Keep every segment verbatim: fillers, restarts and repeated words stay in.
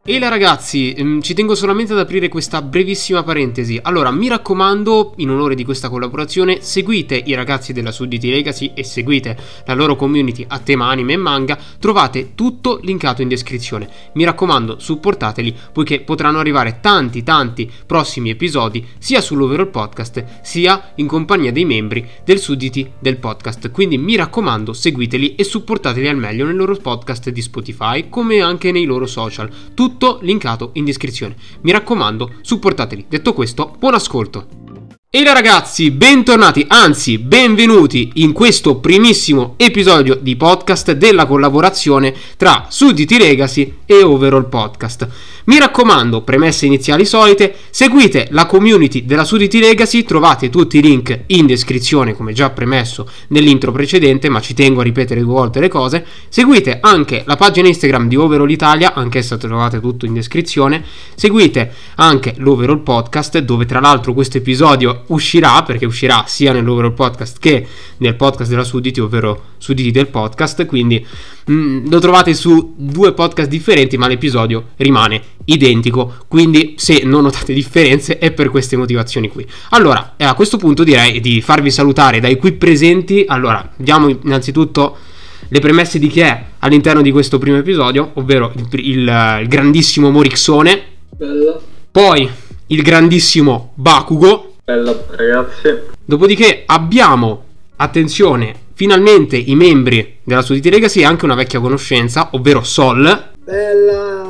Ehi là ragazzi, ehm, ci tengo solamente ad aprire questa brevissima parentesi. Allora, mi raccomando, in onore di questa collaborazione, seguite i ragazzi della Sudditi Legacy e seguite la loro community a tema anime e manga. Trovate tutto linkato in descrizione. Mi raccomando, supportateli, poiché potranno arrivare tanti tanti prossimi episodi sia sull'Overall Podcast sia in compagnia dei membri del Sudditi del podcast. Quindi mi raccomando, seguiteli e supportateli al meglio nel loro podcast di Spotify come anche nei loro social. Tutto linkato in descrizione. Mi raccomando, supportateli. Detto questo, buon ascolto. E là ragazzi, bentornati, anzi benvenuti in questo primissimo episodio di podcast della collaborazione tra Sudditi Legacy e Overall Podcast. Mi raccomando, premesse iniziali solite, seguite la community della Sudditi Legacy, trovate tutti i link in descrizione come già premesso nell'intro precedente, ma ci tengo a ripetere due volte le cose. Seguite anche la pagina Instagram di Overall Italia, anch'essa trovate tutto in descrizione. Seguite anche l'Overall Podcast, dove tra l'altro questo episodio uscirà, perché uscirà sia nell'Overall Podcast che nel podcast della Sudditi, ovvero Sudditi del podcast, quindi mh, lo trovate su due podcast differenti, ma l'episodio rimane identico, quindi se non notate differenze è per queste motivazioni qui. Allora, a questo punto direi di farvi salutare dai qui presenti. Allora, diamo innanzitutto le premesse di chi è all'interno di questo primo episodio, ovvero il, il, il grandissimo Morixone. Bello. Poi il grandissimo Bakugo. Bello ragazzi. Dopodiché abbiamo, attenzione, finalmente i membri della Sudditi Legacy e anche una vecchia conoscenza, ovvero Sol. Bella.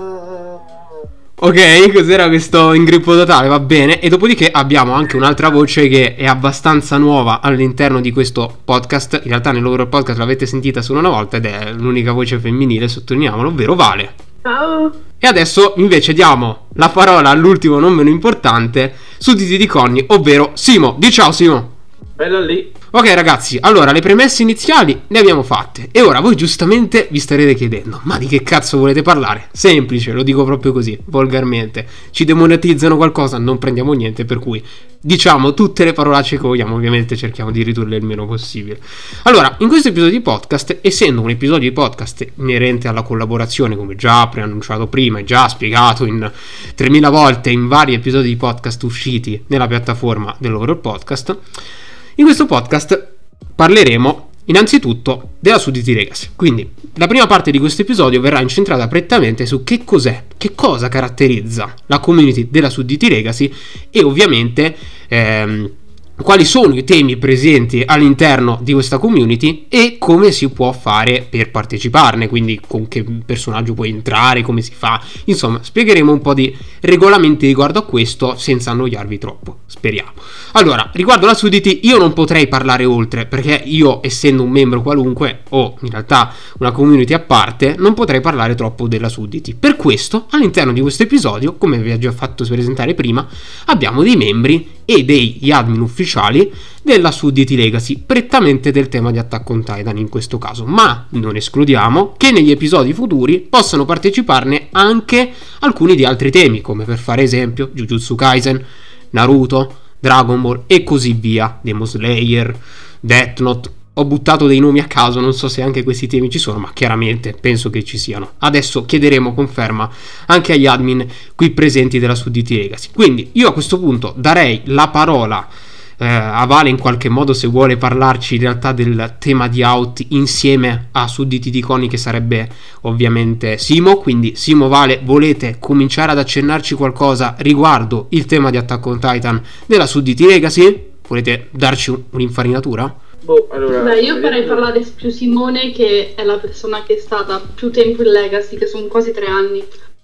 Ok, cos'era questo ingrippo totale? Va bene. E dopodiché abbiamo anche un'altra voce che è abbastanza nuova all'interno di questo podcast. In realtà nel loro podcast l'avete sentita solo una volta ed è l'unica voce femminile, sottolineiamolo, ovvero Vale. Ciao. E adesso invece diamo la parola all'ultimo non meno importante, Sudditi di Conny, ovvero Simo. Di ciao Simo. Bello lì. Ok ragazzi, allora le premesse iniziali le abbiamo fatte e ora voi giustamente vi starete chiedendo: ma di che cazzo volete parlare? Semplice, lo dico proprio così, volgarmente. Ci demonetizzano qualcosa, non prendiamo niente, per cui diciamo tutte le parolacce che vogliamo, ovviamente cerchiamo di ridurle il meno possibile. Allora, in questo episodio di podcast, essendo un episodio di podcast inerente alla collaborazione, come già preannunciato prima e già spiegato in tremila volte in vari episodi di podcast usciti nella piattaforma dell'Overall Podcast, in questo podcast parleremo innanzitutto della Sudditi Legacy. Quindi la prima parte di questo episodio verrà incentrata prettamente su che cos'è, che cosa caratterizza la community della Sudditi Legacy e ovviamente ehm, quali sono i temi presenti all'interno di questa community e come si può fare per parteciparne, quindi con che personaggio puoi entrare, come si fa. Insomma, spiegheremo un po' di regolamenti riguardo a questo senza annoiarvi troppo, speriamo. Allora, riguardo la Sudditi io non potrei parlare oltre, perché io, essendo un membro qualunque o in realtà una community a parte, non potrei parlare troppo della Sudditi. Per questo, all'interno di questo episodio, come vi ho già fatto presentare prima, abbiamo dei membri e degli admin ufficiali della Sudditi Legacy, prettamente del tema di Attack on Titan in questo caso, ma non escludiamo che negli episodi futuri possano parteciparne anche alcuni di altri temi, come per fare esempio Jujutsu Kaisen, Naruto, Dragon Ball e così via, Demon Slayer, Death Note. Ho buttato dei nomi a caso, non so se anche questi temi ci sono, ma chiaramente penso che ci siano. Adesso chiederemo conferma anche agli admin qui presenti della Sudditi Legacy. Quindi io a questo punto darei la parola eh, a Vale in qualche modo, se vuole parlarci in realtà del tema di Out insieme a Sudditi di Conny, che sarebbe ovviamente Simo. Quindi Simo, Vale, volete cominciare ad accennarci qualcosa riguardo il tema di Attack on Titan della Sudditi Legacy? Volete darci un'infarinatura? Boh, allora, Beh, io farei parlare più Simone, che è la persona che è stata più tempo in Legacy, che sono quasi tre anni.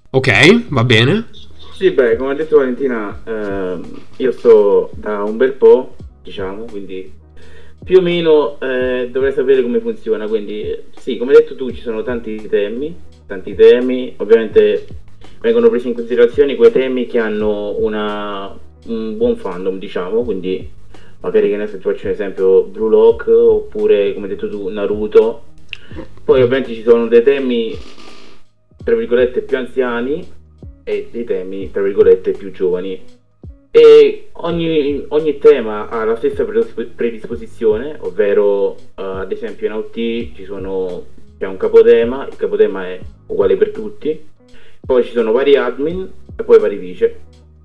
Ok, va bene. Sì, beh, come ha detto Valentina, ehm, io sto da un bel po', diciamo, quindi più o meno eh, dovrei sapere come funziona. Quindi sì, come hai detto tu, ci sono tanti temi, tanti temi, ovviamente vengono presi in considerazione quei temi che hanno una, un buon fandom, diciamo, quindi magari, che ne so, ti faccio un esempio, Blue Lock, oppure come hai detto tu, Naruto. Poi ovviamente ci sono dei temi tra virgolette più anziani e dei temi tra virgolette più giovani, e ogni, ogni tema ha la stessa predisposizione, ovvero uh, ad esempio in A O T ci sono, c'è un capotema, il capotema è uguale per tutti, poi ci sono vari admin e poi vari vice.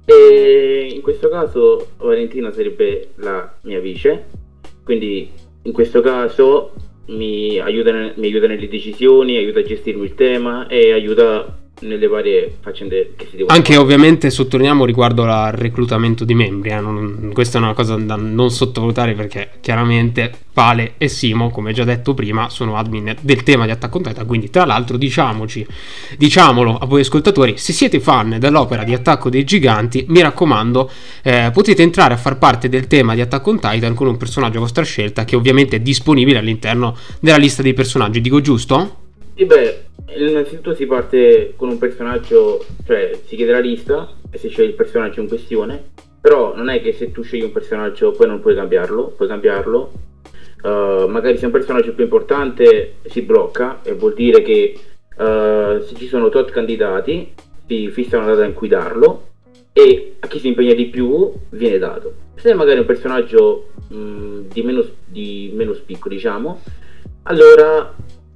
E in questo caso Valentina sarebbe la mia vice, quindi in questo caso mi aiuta, mi aiuta nelle decisioni, aiuta a gestirmi il tema e aiuta nelle varie faccende che si devono anche fare. Ovviamente sottolineiamo riguardo al reclutamento di membri, eh, non, questa è una cosa da non sottovalutare, perché chiaramente Vale e Simo, come già detto prima, sono admin del tema di Attack on Titan, quindi tra l'altro diciamoci diciamolo a voi ascoltatori, se siete fan dell'opera di Attacco dei Giganti, mi raccomando, eh, potete entrare a far parte del tema di Attack on Titan con un personaggio a vostra scelta, che ovviamente è disponibile all'interno della lista dei personaggi, dico giusto? Sì, beh, innanzitutto si parte con un personaggio, cioè si chiede la lista e si sceglie il personaggio in questione, però non è che se tu scegli un personaggio poi non puoi cambiarlo, puoi cambiarlo, uh, magari se un personaggio più importante si blocca, e vuol dire che uh, se ci sono tot candidati si fissa una data in cui darlo, e a chi si impegna di più viene dato. Se magari un personaggio mh, di, meno, di meno spicco, diciamo, allora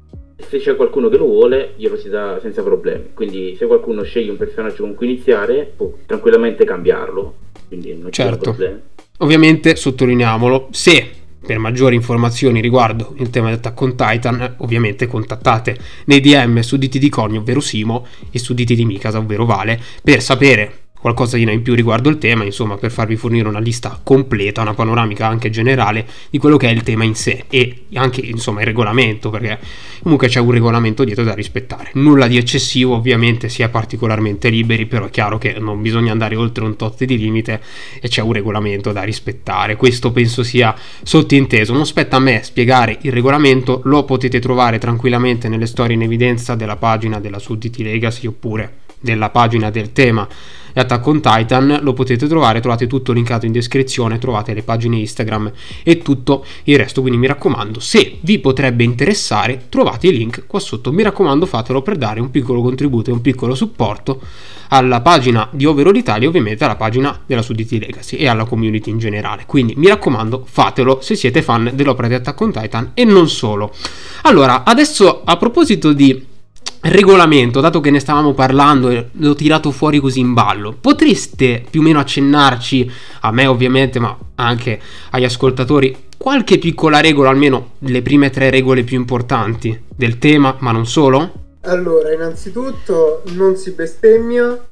se c'è qualcuno che lo vuole glielo si dà senza problemi, quindi se qualcuno sceglie un personaggio con cui iniziare può tranquillamente cambiarlo, quindi non c'è Certo. problemi. Ovviamente sottolineiamolo, se per maggiori informazioni riguardo il tema di Attack on Titan, ovviamente contattate nei D M su D T di Cogni, ovvero Simo, e su D T di Mikasa, ovvero Vale, per sapere qualcosina in più riguardo il tema, insomma, per farvi fornire una lista completa, una panoramica anche generale di quello che è il tema in sé, e anche insomma il regolamento, perché comunque c'è un regolamento dietro da rispettare, nulla di eccessivo, ovviamente si è particolarmente liberi, però è chiaro che non bisogna andare oltre un tot di limite e c'è un regolamento da rispettare, questo penso sia sottinteso. Non spetta a me spiegare il regolamento, lo potete trovare tranquillamente nelle storie in evidenza della pagina della Su D T Legacy, oppure della pagina del tema e Attack on Titan, lo potete trovare, trovate tutto linkato in descrizione, trovate le pagine Instagram e tutto il resto, quindi mi raccomando, se vi potrebbe interessare trovate i link qua sotto, mi raccomando fatelo per dare un piccolo contributo e un piccolo supporto alla pagina di Overall Italia, ovviamente alla pagina della Su D T Legacy e alla community in generale, quindi mi raccomando fatelo se siete fan dell'opera di Attack on Titan e non solo. Allora, adesso a proposito di regolamento, dato che ne stavamo parlando e l'ho tirato fuori così in ballo, potreste più o meno accennarci, a me ovviamente ma anche agli ascoltatori, qualche piccola regola, almeno le prime tre regole più importanti del tema, ma non solo? Allora, innanzitutto non si bestemmia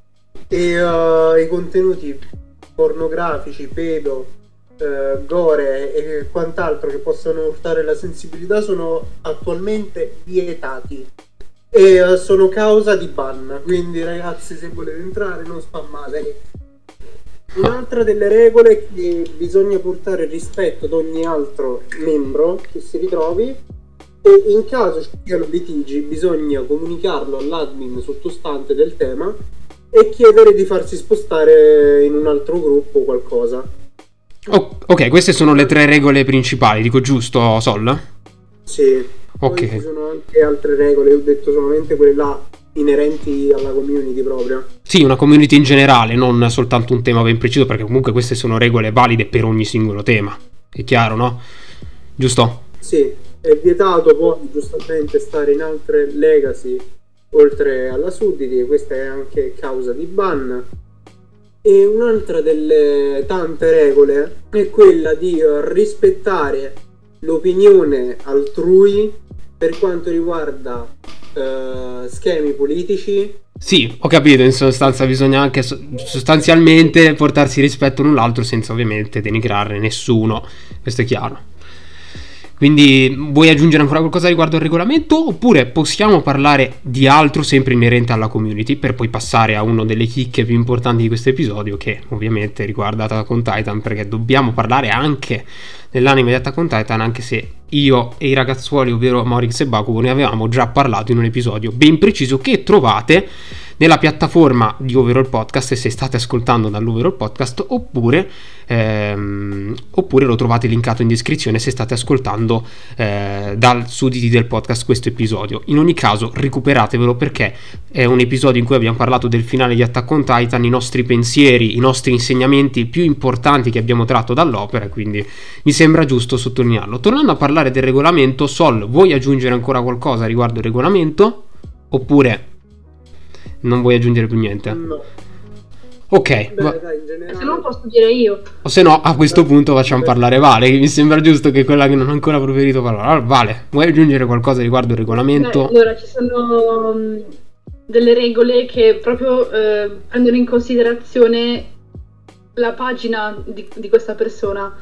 e uh, i contenuti pornografici, pedo, uh, gore e quant'altro che possano urtare la sensibilità sono attualmente vietati e uh, sono causa di ban, quindi ragazzi, se volete entrare non spammate. Un'altra delle regole è che bisogna portare rispetto ad ogni altro membro che si ritrovi, e in caso ci siano litigi bisogna comunicarlo all'admin sottostante del tema e chiedere di farsi spostare in un altro gruppo o qualcosa. Oh, ok, queste sono le tre regole principali, dico giusto, Sol? Sì. Ok. Poi ci sono anche altre regole, ho detto solamente quelle là inerenti alla community proprio. Sì, una community in generale, non soltanto un tema ben preciso, perché comunque queste sono regole valide per ogni singolo tema. È chiaro, no? Giusto? Sì, è vietato poi giustamente stare in altre legacy oltre alla sudditi, questa è anche causa di ban. E un'altra delle tante regole è quella di rispettare l'opinione altrui per quanto riguarda uh, schemi politici. Sì, ho capito, in sostanza bisogna anche sostanzialmente portarsi rispetto l'un l'altro senza ovviamente denigrare nessuno, questo è chiaro. Quindi vuoi aggiungere ancora qualcosa riguardo al regolamento, oppure possiamo parlare di altro sempre inerente alla community per poi passare a una delle chicche più importanti di questo episodio, che ovviamente riguarda Attack on Titan, perché dobbiamo parlare anche dell'anime di Attack on Titan, anche se io e i ragazzuoli, ovvero Maurix e Bakugo, ne avevamo già parlato in un episodio ben preciso che trovate nella piattaforma di Overall Podcast, se state ascoltando dall'Overall Podcast, oppure, ehm, oppure lo trovate linkato in descrizione se state ascoltando eh, dal sudditi del podcast questo episodio. In ogni caso recuperatevelo, perché è un episodio in cui abbiamo parlato del finale di Attack on Titan, i nostri pensieri, i nostri insegnamenti più importanti che abbiamo tratto dall'opera, quindi mi sembra giusto sottolinearlo. Tornando a parlare del regolamento, Sol, vuoi aggiungere ancora qualcosa riguardo il regolamento? Oppure Non vuoi aggiungere più niente? No. Ok, Beh, va- dai, in generale... Se no posso dire io. o se no a questo punto facciamo parlare Vale, che mi sembra giusto che è quella che non ha ancora preferito parlare. Allora, Vale, vuoi aggiungere qualcosa riguardo il Beh, regolamento? allora, ci sono mh, delle regole che proprio eh, prendono in considerazione la pagina di, di questa persona.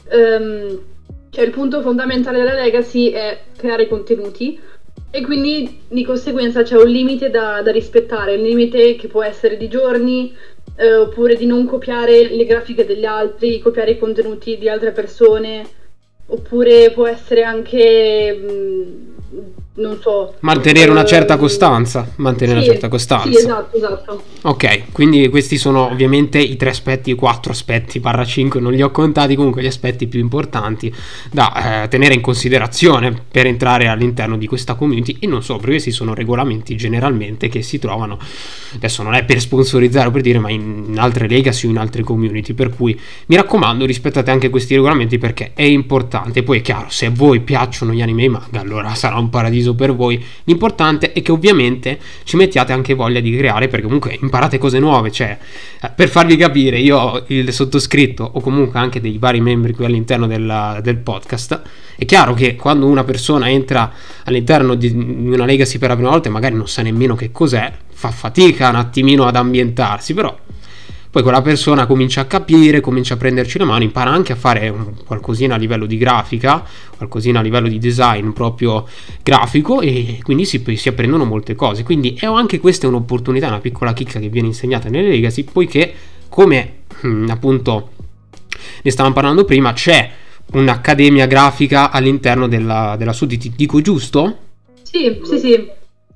Ehm, cioè il punto fondamentale della Legacy è creare contenuti e quindi di conseguenza c'è un limite da, da rispettare, un limite che può essere di giorni, eh, oppure di non copiare le grafiche degli altri, copiare i contenuti di altre persone, oppure può essere anche, mh, non so... Mantenere una certa ehm, costanza, mantenere sì, una certa costanza. Sì, esatto, esatto. Ok, quindi questi sono ovviamente i tre aspetti, i quattro aspetti, barra cinque, non li ho contati, comunque gli aspetti più importanti da eh, tenere in considerazione per entrare all'interno di questa community. E non solo, perché questi sono regolamenti generalmente che si trovano, adesso non è per sponsorizzare o per dire, ma in, in altre legacy o in altre community, per cui mi raccomando rispettate anche questi regolamenti perché è importante. Poi è chiaro, se a voi piacciono gli anime e i manga, allora sarà un paradiso per voi. L'importante è che ovviamente ci mettiate anche voglia di creare, perché comunque imparate cose nuove. Cioè, eh, per farvi capire, io il sottoscritto o comunque anche dei vari membri qui all'interno della, del podcast, è chiaro che quando una persona entra all'interno di una legacy per la prima volta e magari non sa nemmeno che cos'è, fa fatica un attimino ad ambientarsi, però poi quella persona comincia a capire, comincia a prenderci la mano, impara anche a fare un, qualcosina a livello di grafica, qualcosina a livello di design proprio grafico, e quindi si, si apprendono molte cose. Quindi è anche questa è un'opportunità, una piccola chicca che viene insegnata nelle legacy, poiché come mh, appunto ne stavamo parlando prima, c'è un'accademia grafica all'interno della, della Sudditi, dico giusto? Sì, sì, sì.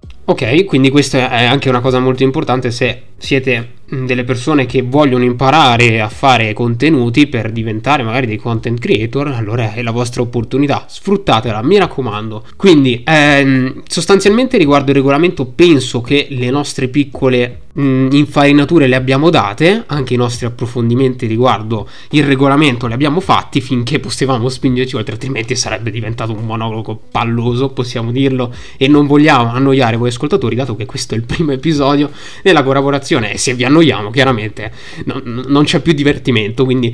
Ok, quindi questa è anche una cosa molto importante se siete delle persone che vogliono imparare a fare contenuti per diventare magari dei content creator, allora è la vostra opportunità, sfruttatela, mi raccomando. Quindi ehm, sostanzialmente riguardo il regolamento penso che le nostre piccole mh, infarinature le abbiamo date, anche i nostri approfondimenti riguardo il regolamento li abbiamo fatti finché potevamo spingerci oltre, altrimenti sarebbe diventato un monologo palloso, possiamo dirlo, e non vogliamo annoiare voi ascoltatori, dato che questo è il primo episodio della collaborazione e se vi annoiamo chiaramente non, non c'è più divertimento, quindi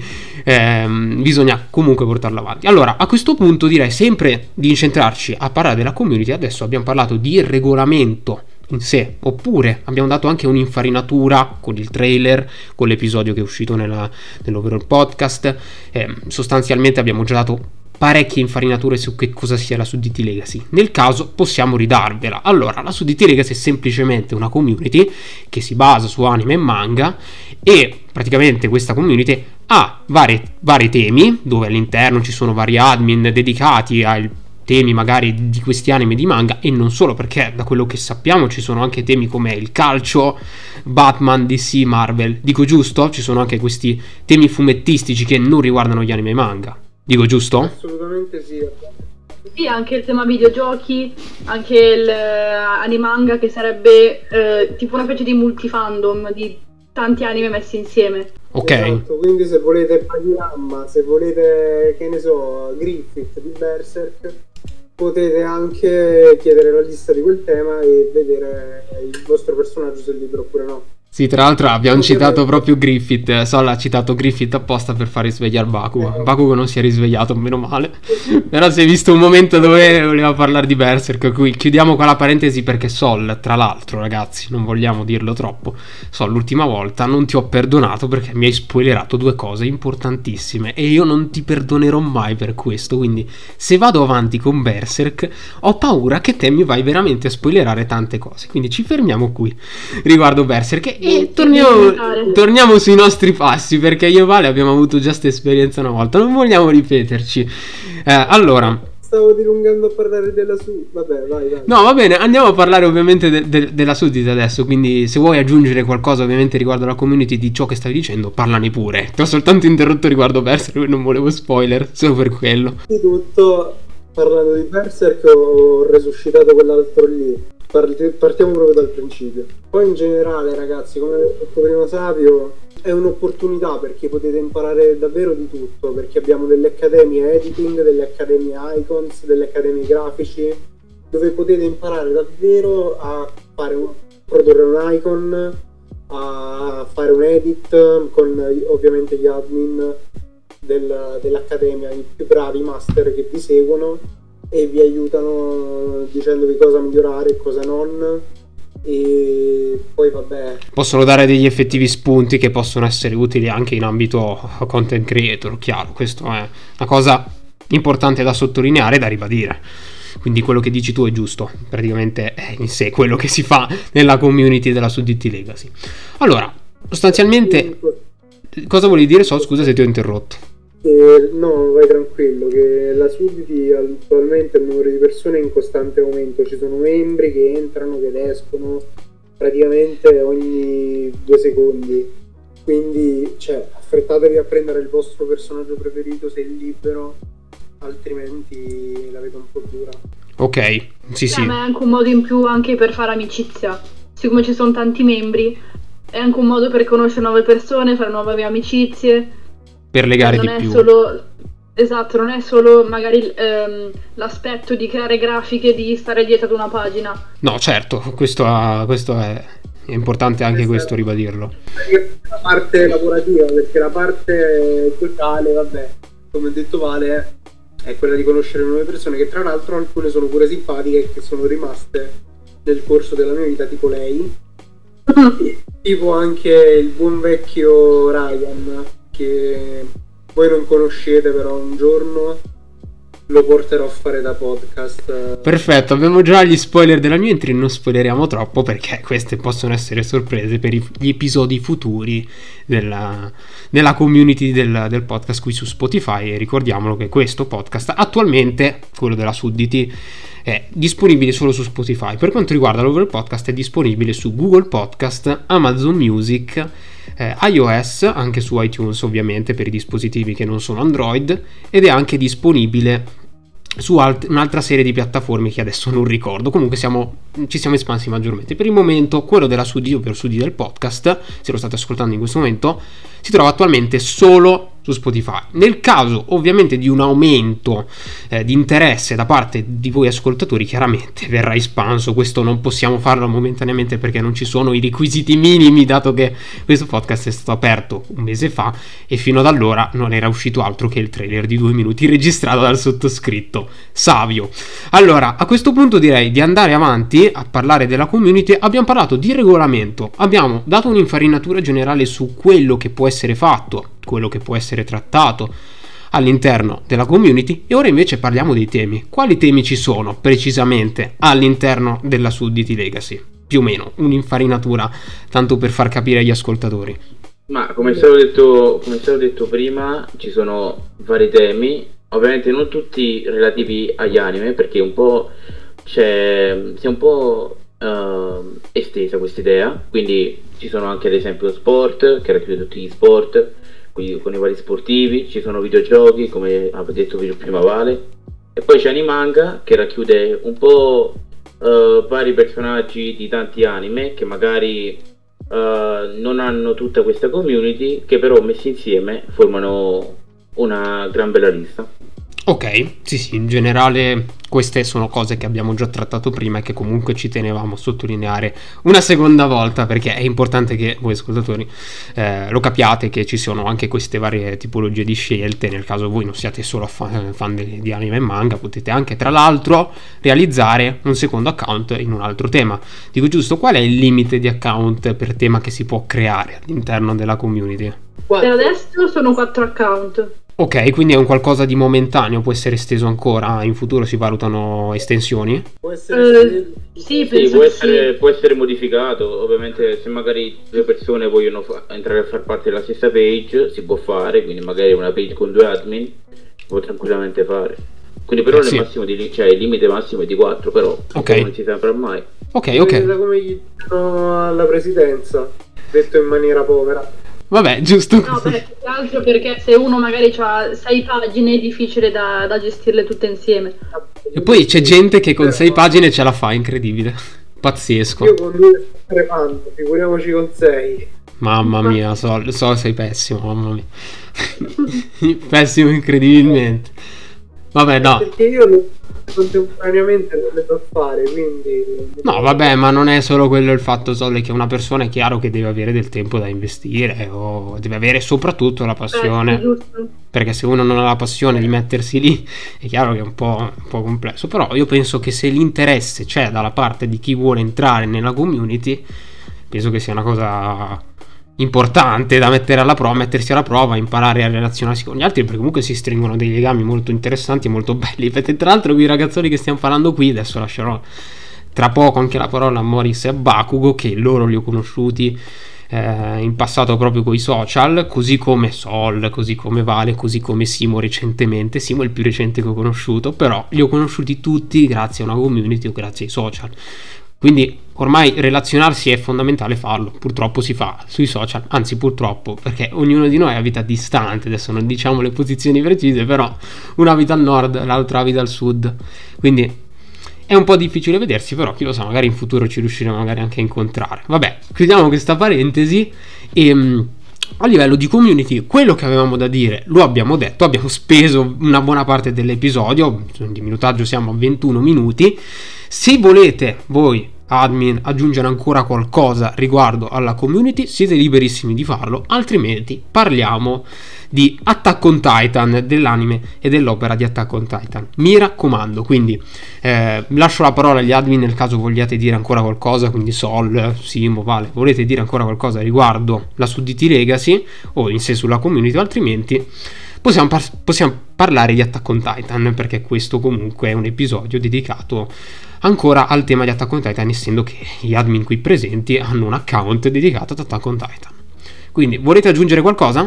ehm, bisogna comunque portarlo avanti. Allora a questo punto direi sempre di incentrarci a parlare della community. Adesso abbiamo parlato di regolamento in sé, oppure abbiamo dato anche un'infarinatura con il trailer, con l'episodio che è uscito nella, nell'overall podcast. Eh, sostanzialmente abbiamo già dato parecchie infarinature su che cosa sia la Sudditi Legacy. Nel caso possiamo ridarvela. Allora, la Sudditi Legacy è semplicemente una community che si basa su anime e manga, e praticamente questa community ha vari, vari temi, dove all'interno ci sono vari admin dedicati ai temi magari di questi anime di manga, e non solo, perché da quello che sappiamo ci sono anche temi come il calcio, Batman, D C, Marvel. Dico giusto? Ci sono anche questi temi fumettistici che non riguardano gli anime e manga. Dico giusto? Assolutamente sì. Sì, anche il tema videogiochi, anche il uh, animanga, che sarebbe eh, tipo una specie di multifandom di tanti anime messi insieme. Ok. Esatto, quindi se volete Pagiramma, se volete, che ne so, Griffith di Berserk, potete anche chiedere la lista di quel tema e vedere il vostro personaggio sul libro oppure no. Sì, tra l'altro abbiamo citato proprio Griffith. Sol ha citato Griffith apposta per far risvegliare Bakugo. Bakugo non si è risvegliato, meno male. Però si è visto un momento dove voleva parlare di Berserk. Qui chiudiamo qua la parentesi perché Sol, tra l'altro ragazzi, non vogliamo dirlo troppo, Sol, l'ultima volta non ti ho perdonato perché mi hai spoilerato due cose importantissime e io non ti perdonerò mai per questo. Quindi se vado avanti con Berserk ho paura che te mi vai veramente a spoilerare tante cose. Quindi ci fermiamo qui riguardo Berserk e torniamo, torniamo sui nostri passi, perché io e Vale abbiamo avuto già questa esperienza una volta, non vogliamo ripeterci. Eh, allora stavo dilungando a parlare della su. Vabbè, vai, vai. No, va bene, andiamo a parlare ovviamente de- de- della Sudditi adesso. Quindi se vuoi aggiungere qualcosa ovviamente riguardo alla community di ciò che stavi dicendo, parlane pure. Ti ho soltanto interrotto riguardo Berserk, non volevo spoiler, solo per quello. Di tutto, parlando di Berserk ho resuscitato quell'altro lì. Partiamo proprio dal principio. Poi in generale, ragazzi, come ha detto prima Savio, è un'opportunità perché potete imparare davvero di tutto, perché abbiamo delle accademie editing, delle accademie icons, delle accademie grafici, dove potete imparare davvero a fare un, produrre un icon, a fare un edit con ovviamente gli admin del, dell'accademia, i più bravi master che vi seguono e vi aiutano dicendovi cosa migliorare e cosa non. E poi vabbè, possono dare degli effettivi spunti che possono essere utili anche in ambito content creator, chiaro, questo è una cosa importante da sottolineare e da ribadire. Quindi quello che dici tu è giusto, praticamente è in sé quello che si fa nella community della Sudditi Legacy. Allora, sostanzialmente cosa volevi dire? So, scusa se ti ho interrotto. Eh, no, vai tranquillo, che la Sudditi attualmente il numero di persone è in costante aumento, ci sono membri che entrano, che escono praticamente ogni due secondi, quindi cioè, affrettatevi a prendere il vostro personaggio preferito se è libero, altrimenti la vedo un po' dura. Ok, sì sì. Ma è anche un modo in più anche per fare amicizia, siccome ci sono tanti membri, è anche un modo per conoscere nuove persone, fare nuove amicizie, per legare non di è più. Solo, esatto, non è solo magari ehm, l'aspetto di creare grafiche, di stare dietro ad una pagina. No, certo, questo, ha, questo è, è importante anche Questa questo ribadirlo. La parte lavorativa, perché la parte sociale, vabbè, come ha detto Vale, è quella di conoscere nuove persone, che tra l'altro alcune sono pure simpatiche e che sono rimaste nel corso della mia vita, tipo lei, tipo anche il buon vecchio Ryan, che voi non conoscete, però un giorno lo porterò a fare da podcast. Perfetto, abbiamo già gli spoiler della new entry, non spoileriamo troppo perché queste possono essere sorprese per gli episodi futuri della, della community del, del podcast qui su Spotify. E ricordiamolo che questo podcast attualmente, quello della Sudditi, è disponibile solo su Spotify. Per quanto riguarda l'Over Podcast è disponibile su Google Podcast, Amazon Music, eh, iOS, anche su iTunes ovviamente per i dispositivi che non sono Android, ed è anche disponibile su alt- un'altra serie di piattaforme che adesso non ricordo. Comunque siamo, ci siamo espansi maggiormente. Per il momento quello della Sudditi, ovvero Sudditi del podcast, se lo state ascoltando in questo momento, si trova attualmente solo su Spotify. Nel caso ovviamente di un aumento eh, di interesse da parte di voi ascoltatori, chiaramente verrà espanso. Questo non possiamo farlo momentaneamente perché non ci sono i requisiti minimi, dato che questo podcast è stato aperto un mese fa e fino ad allora non era uscito altro che il trailer di due minuti registrato dal sottoscritto Savio. Allora, a questo punto direi di andare avanti a parlare della community. Abbiamo parlato di regolamento, abbiamo dato un'infarinatura generale su quello che può essere fatto, quello che può essere trattato all'interno della community, e ora invece parliamo dei temi. Quali temi ci sono precisamente all'interno della Sudditi Legacy? Più o meno un'infarinatura, tanto per far capire agli ascoltatori. Ma come è stato detto, come è stato detto prima, ci sono vari temi, ovviamente non tutti relativi agli anime, perché un po' c'è, si è un po' uh, estesa questa idea, quindi ci sono anche ad esempio sport che racchiude tutti gli sport, quindi con i vari sportivi, ci sono videogiochi come ha detto prima Vale, e poi c'è Animanga che racchiude un po' uh, vari personaggi di tanti anime che magari uh, non hanno tutta questa community, che però messi insieme formano una gran bella lista. Ok, sì sì, in generale queste sono cose che abbiamo già trattato prima e che comunque ci tenevamo a sottolineare una seconda volta, perché è importante che voi ascoltatori eh, lo capiate, che ci sono anche queste varie tipologie di scelte. Nel caso voi non siate solo fan, fan di, di anime e manga, potete anche tra l'altro realizzare un secondo account in un altro tema. Dico giusto, qual è il limite di account per tema che si può creare all'interno della community? Per adesso sono quattro account. Ok, quindi è un qualcosa di momentaneo, può essere esteso ancora, in futuro si valutano estensioni? Può essere Uh, sì, Sì, penso può che essere, sì. può essere modificato, ovviamente se magari due persone vogliono fa- entrare a far parte della stessa page si può fare, quindi magari una page con due admin si può tranquillamente fare. Quindi però Eh, il, sì. massimo di, cioè, il limite massimo è di quattro, però Ok. non si saprà mai. Ok, ok. Dipende da come gli dicono alla presidenza, detto in maniera povera. Vabbè, giusto No, così. beh, più che altro perché se uno magari ha sei pagine è difficile da, da gestirle tutte insieme. E poi c'è gente che con sei pagine ce la fa, incredibile. Pazzesco. Io con due sto tremando, figuriamoci con sei. Mamma mia, so, so sei pessimo, mamma mia. Pessimo incredibilmente. Vabbè, no. Perché io non, contemporaneamente non le so fare, quindi no vabbè, ma non è solo quello il fatto, Sol, che una persona è chiaro che deve avere del tempo da investire o deve avere soprattutto la passione, giusto. perché se uno non ha la passione di mettersi lì è chiaro che è un po', un po' complesso, però io penso che se l'interesse c'è dalla parte di chi vuole entrare nella community, penso che sia una cosa importante da mettere alla prova, mettersi alla prova, imparare a relazionarsi con gli altri, perché comunque si stringono dei legami molto interessanti e molto belli. Perché tra l'altro qui i ragazzoni che stiamo parlando qui, adesso lascerò tra poco anche la parola a Morix e a Bakugo, che loro li ho conosciuti eh, in passato proprio con i social, così come Sol, così come Vale, così come Simo recentemente. Simo è il più recente che ho conosciuto, però li ho conosciuti tutti grazie a una community o grazie ai social. Quindi ormai relazionarsi è fondamentale farlo, purtroppo si fa sui social, anzi purtroppo, perché ognuno di noi abita distante, adesso non diciamo le posizioni precise, però uno abita al nord, l'altro abita al sud, quindi è un po' difficile vedersi, però chi lo sa, magari in futuro ci riusciremo magari anche a incontrare. Vabbè, chiudiamo questa parentesi e mh, a livello di community quello che avevamo da dire lo abbiamo detto, abbiamo speso una buona parte dell'episodio, di minutaggio siamo a ventuno minuti. Se volete voi admin aggiungere ancora qualcosa riguardo alla community, siete liberissimi di farlo, altrimenti parliamo di Attack on Titan, dell'anime e dell'opera di Attack on Titan. Mi raccomando, quindi eh, lascio la parola agli admin nel caso vogliate dire ancora qualcosa, quindi Sol, Simo, Vale, volete dire ancora qualcosa riguardo la su D T Legacy o in sé sulla community, altrimenti possiamo, par- possiamo parlare di Attack on Titan, perché questo comunque è un episodio dedicato ancora al tema di Attack on Titan, essendo che gli admin qui presenti hanno un account dedicato ad Attack on Titan. Quindi volete aggiungere qualcosa?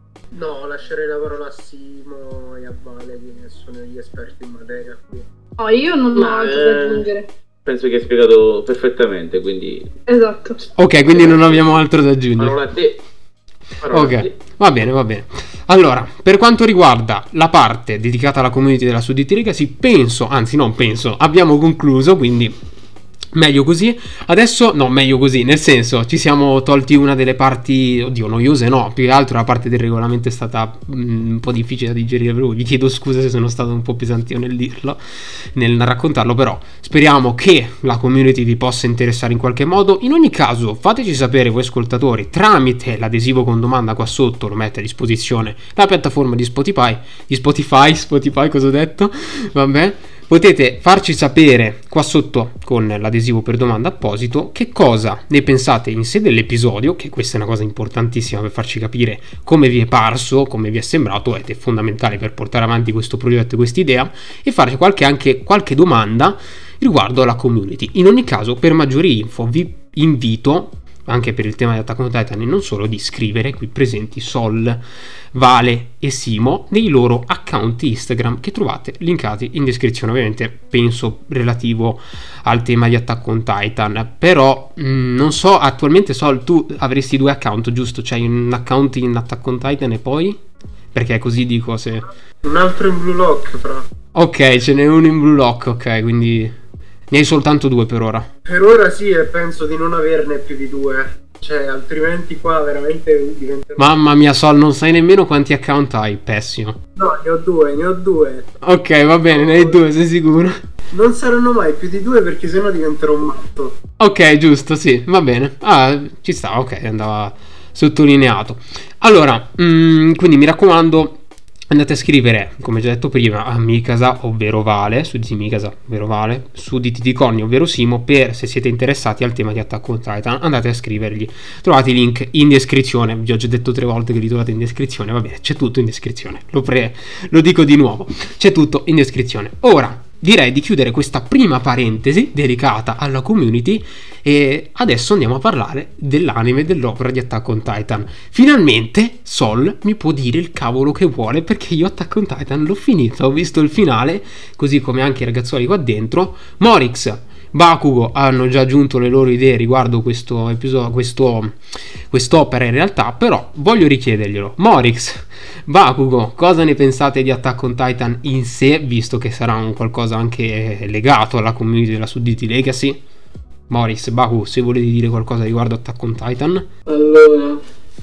no, lascerei la parola a Simo e a Vale, che sono gli esperti in materia qui. No, io non ho Ma, altro eh, da aggiungere. Penso che hai spiegato perfettamente, quindi Esatto. Ok, quindi non abbiamo altro da aggiungere. parola a te. Parola a Ok, te. va bene, va bene. Allora, per quanto riguarda la parte dedicata alla community della su D T Legacy, penso, anzi non penso, abbiamo concluso, quindi meglio così. Adesso, no, meglio così, nel senso, ci siamo tolti una delle parti, oddio, noiose no, più che altro la parte del regolamento è stata mm, un po' difficile da digerire per voi. Vi chiedo scusa se sono stato un po' pesantino nel dirlo, nel raccontarlo, però speriamo che la community vi possa interessare in qualche modo. In ogni caso, fateci sapere voi ascoltatori tramite l'adesivo con domanda qua sotto, lo mette a disposizione la piattaforma di Spotify, di Spotify, Spotify cosa ho detto? Vabbè. Potete farci sapere qua sotto con l'adesivo per domanda apposito che cosa ne pensate in sé dell'episodio, che questa è una cosa importantissima per farci capire come vi è parso, come vi è sembrato, ed è fondamentale per portare avanti questo progetto e quest'idea, e farci qualche, anche qualche domanda riguardo alla community. In ogni caso, per maggiori info vi invito, anche per il tema di Attack on Titan e non solo, di scrivere qui presenti Sol, Vale e Simo nei loro account Instagram che trovate linkati in descrizione, ovviamente penso relativo al tema di Attack on Titan. Però mh, non so, attualmente Sol, tu avresti due account, giusto? C'hai un account in Attack on Titan e poi? Perché così dico, se... Un altro in Blue Lock, fra. Ok, ce n'è uno in Blue Lock, ok, quindi ne hai soltanto due per ora. Per ora sì, e penso di non averne più di due. Cioè, altrimenti qua veramente diventerà... Mamma mia, Sol, non sai nemmeno quanti account hai, pessimo. No, ne ho due, ne ho due. Ok, va bene, ne hai due, sei sicuro? Non saranno mai più di due perché sennò diventerò un matto. Ok, giusto, sì, va bene. Ah, ci sta, ok, andava sottolineato. Allora, mh, quindi mi raccomando, andate a scrivere, come già detto prima, a Mikasa, ovvero Vale, su D T Mikasa, ovvero Vale, su D T di Conny, ovvero Simo, per, se siete interessati al tema di Attack on Titan, andate a scrivergli. Trovate i link in descrizione, vi ho già detto tre volte che li trovate in descrizione, va bene, c'è tutto in descrizione, lo, pre- lo dico di nuovo, c'è tutto in descrizione. Ora, direi di chiudere questa prima parentesi dedicata alla community e adesso andiamo a parlare dell'anime, dell'opera di Attack on Titan. Finalmente Sol mi può dire il cavolo che vuole, perché io Attack on Titan l'ho finito, ho visto il finale, così come anche i ragazzuoli qua dentro. Morix, Bakugo hanno già aggiunto le loro idee riguardo questo episodio, questo, quest'opera in realtà, però voglio richiederglielo. Morix, Bakugo, cosa ne pensate di Attack on Titan in sé, visto che sarà un qualcosa anche legato alla community della su D T Legacy? Morix, Bakugo, se volete dire qualcosa riguardo Attack on Titan. Allora,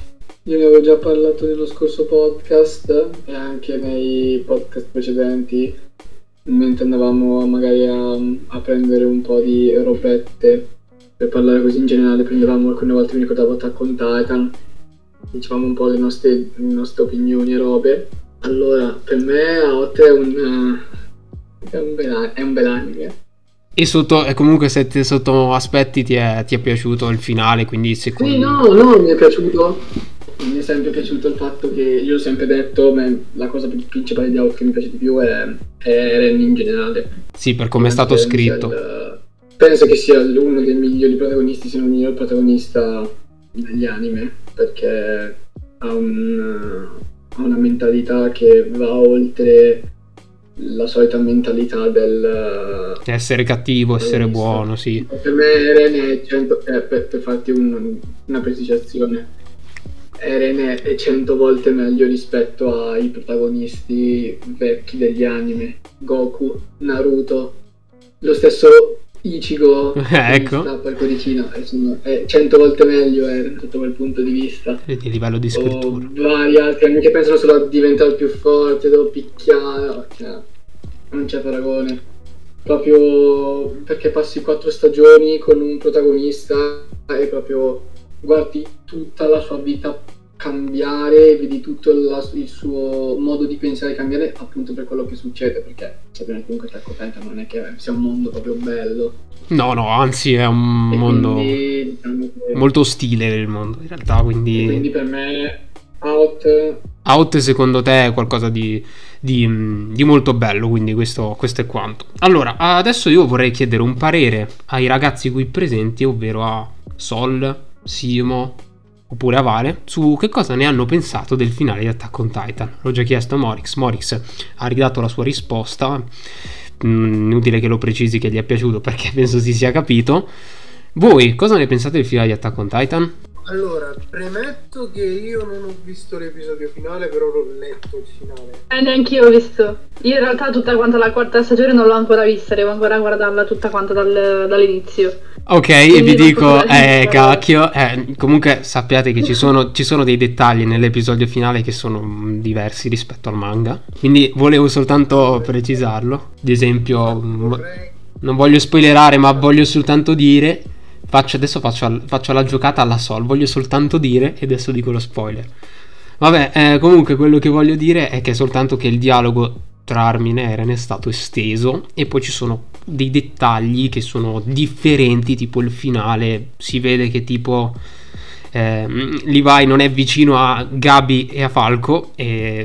io ne avevo già parlato nello scorso podcast e anche nei podcast precedenti. mentre andavamo magari a, a prendere un po' di robette, per parlare così in generale, prendevamo alcune volte, mi ricordavo Attack on Titan, dicevamo un po' le nostre, le nostre opinioni e robe. Allora, per me A O T è un, è un, bel, è un bel anime. E sotto, e comunque se te, sotto aspetti ti è, ti è piaciuto il finale, quindi secondo... Sì, no, no, mi è piaciuto. Mi è sempre piaciuto il fatto che, io ho sempre detto, ma la cosa principale di A O T che mi piace di più è, è Eren in generale. Sì, per come è stato penso scritto. Il, penso che sia uno dei migliori protagonisti, se non il miglior protagonista degli anime, perché ha, un, ha una mentalità che va oltre la solita mentalità del essere cattivo, essere buono, sì. Per me Eren è cento, eh, per, per farti un, una precisazione, Eren è cento volte meglio rispetto ai protagonisti vecchi degli anime, Goku, Naruto, lo stesso Ichigo, ecco, poi Codicino, è cento volte meglio Eren sotto quel punto di vista. E di livello di scrittura. O vari altri anime che pensano solo a diventare più forte, devo picchiare, cioè, non c'è paragone. Proprio perché passi quattro stagioni con un protagonista e proprio guardi tutta la sua vita cambiare, vedi tutto la, il suo modo di pensare cambiare appunto per quello che succede, perché sappiamo che comunque Attack on Titan non è che sia un mondo proprio bello. No, no, anzi è un e mondo quindi, diciamo che... molto ostile il mondo in realtà, quindi... quindi per me A O T... A O T secondo te è qualcosa di, di, di molto bello, quindi questo, questo è quanto. Allora, adesso io vorrei chiedere un parere ai ragazzi qui presenti, ovvero a Sol, Simo oppure a Vale, su che cosa ne hanno pensato del finale di Attack on Titan. L'ho già chiesto a Morix, Morix ha ridato la sua risposta, mm, inutile che lo precisi che gli è piaciuto perché penso si sia capito. Voi cosa ne pensate del finale di Attack on Titan? Allora, premetto che io non ho visto l'episodio finale, però l'ho letto il finale. E neanche io ho visto. Io in realtà tutta quanta la quarta stagione non l'ho ancora vista, devo ancora guardarla tutta quanta dal, dall'inizio. Ok, quindi e vi dico, eh, dire... cacchio, eh, comunque sappiate che ci sono, ci sono dei dettagli nell'episodio finale che sono mh, diversi rispetto al manga, quindi volevo soltanto precisarlo. Ad esempio, Vorrei... non voglio spoilerare, ma voglio soltanto dire, faccio, adesso faccio, faccio la giocata alla Sol, voglio soltanto dire, e adesso dico lo spoiler. Vabbè, eh, comunque quello che voglio dire è che soltanto che il dialogo tra Armin e Eren è stato esteso e poi ci sono dei dettagli che sono differenti, tipo il finale si vede che tipo eh, Levi non è vicino a Gabi e a Falco e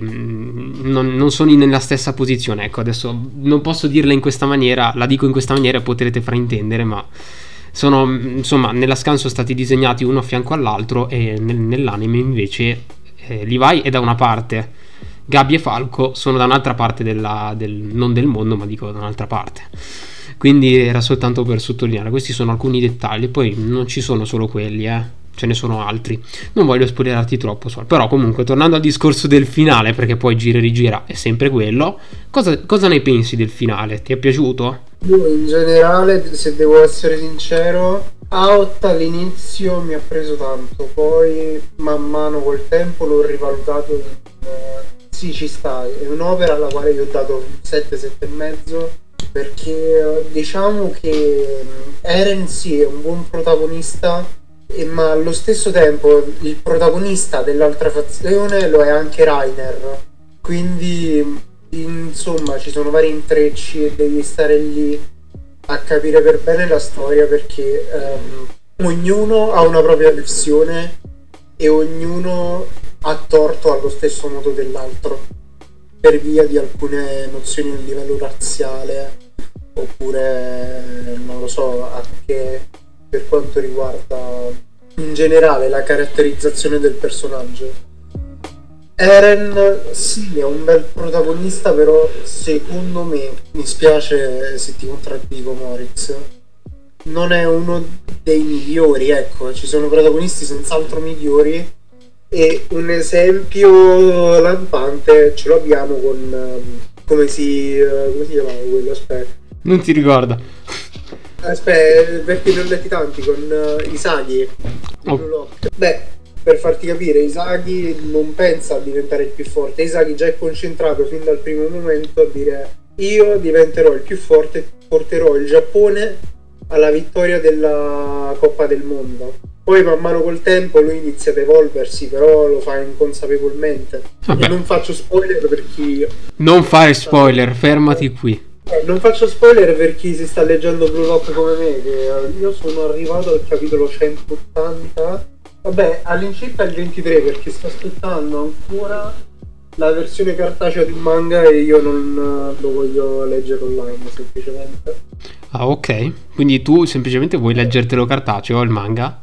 non, non sono nella stessa posizione. Ecco, adesso non posso dirla in questa maniera, la dico in questa maniera, potrete fraintendere, ma sono insomma nella scan sono stati disegnati uno a fianco all'altro e nel, nell'anime invece eh, Levi è da una parte, Gabi e Falco sono da un'altra parte della, del, non del mondo, ma dico da un'altra parte. Quindi era soltanto per sottolineare, questi sono alcuni dettagli, poi non ci sono solo quelli, eh, ce ne sono altri. Non voglio spoilerarti troppo, Sol. Però comunque, tornando al discorso del finale, perché poi gira e rigira è sempre quello, cosa, cosa ne pensi del finale? Ti è piaciuto? Io in generale, se devo essere sincero, A O T all'inizio mi ha preso tanto, poi man mano col tempo l'ho rivalutato in, eh, sì, ci sta, è un'opera alla quale io ho dato un sette, sette e mezzo, perché diciamo che Eren sì è un buon protagonista, e, ma allo stesso tempo il protagonista dell'altra fazione lo è anche Reiner, quindi insomma ci sono vari intrecci e devi stare lì a capire per bene la storia, perché um, ognuno ha una propria versione e ognuno ha torto allo stesso modo dell'altro per via di alcune nozioni a livello razziale, oppure non lo so, anche per quanto riguarda in generale la caratterizzazione del personaggio. Eren sì è un bel protagonista, però secondo me, mi spiace se ti contraddico Moritz, non è uno dei migliori, ecco, ci sono protagonisti senz'altro migliori. E un esempio lampante ce lo abbiamo con come si come si chiamava quello, aspetta, non ti ricorda? Aspetta, perché ne ho letti tanti, con uh, Isagi, oh. Beh, per farti capire, Isagi non pensa a diventare il più forte, Isagi già è concentrato fin dal primo momento a dire io diventerò il più forte, porterò il Giappone alla vittoria della Coppa del Mondo. Poi man mano col tempo lui inizia ad evolversi, però lo fa inconsapevolmente. Vabbè. E non faccio spoiler per chi... Non fare spoiler, fermati qui. Eh, non faccio spoiler per chi si sta leggendo Blue Lock come me, che eh, io sono arrivato al capitolo centottanta. Vabbè, all'incirca il ventitré, perché sto aspettando ancora la versione cartacea di un manga e io non eh, lo voglio leggere online, semplicemente. Ah, ok. Quindi tu semplicemente vuoi leggertelo cartaceo il manga?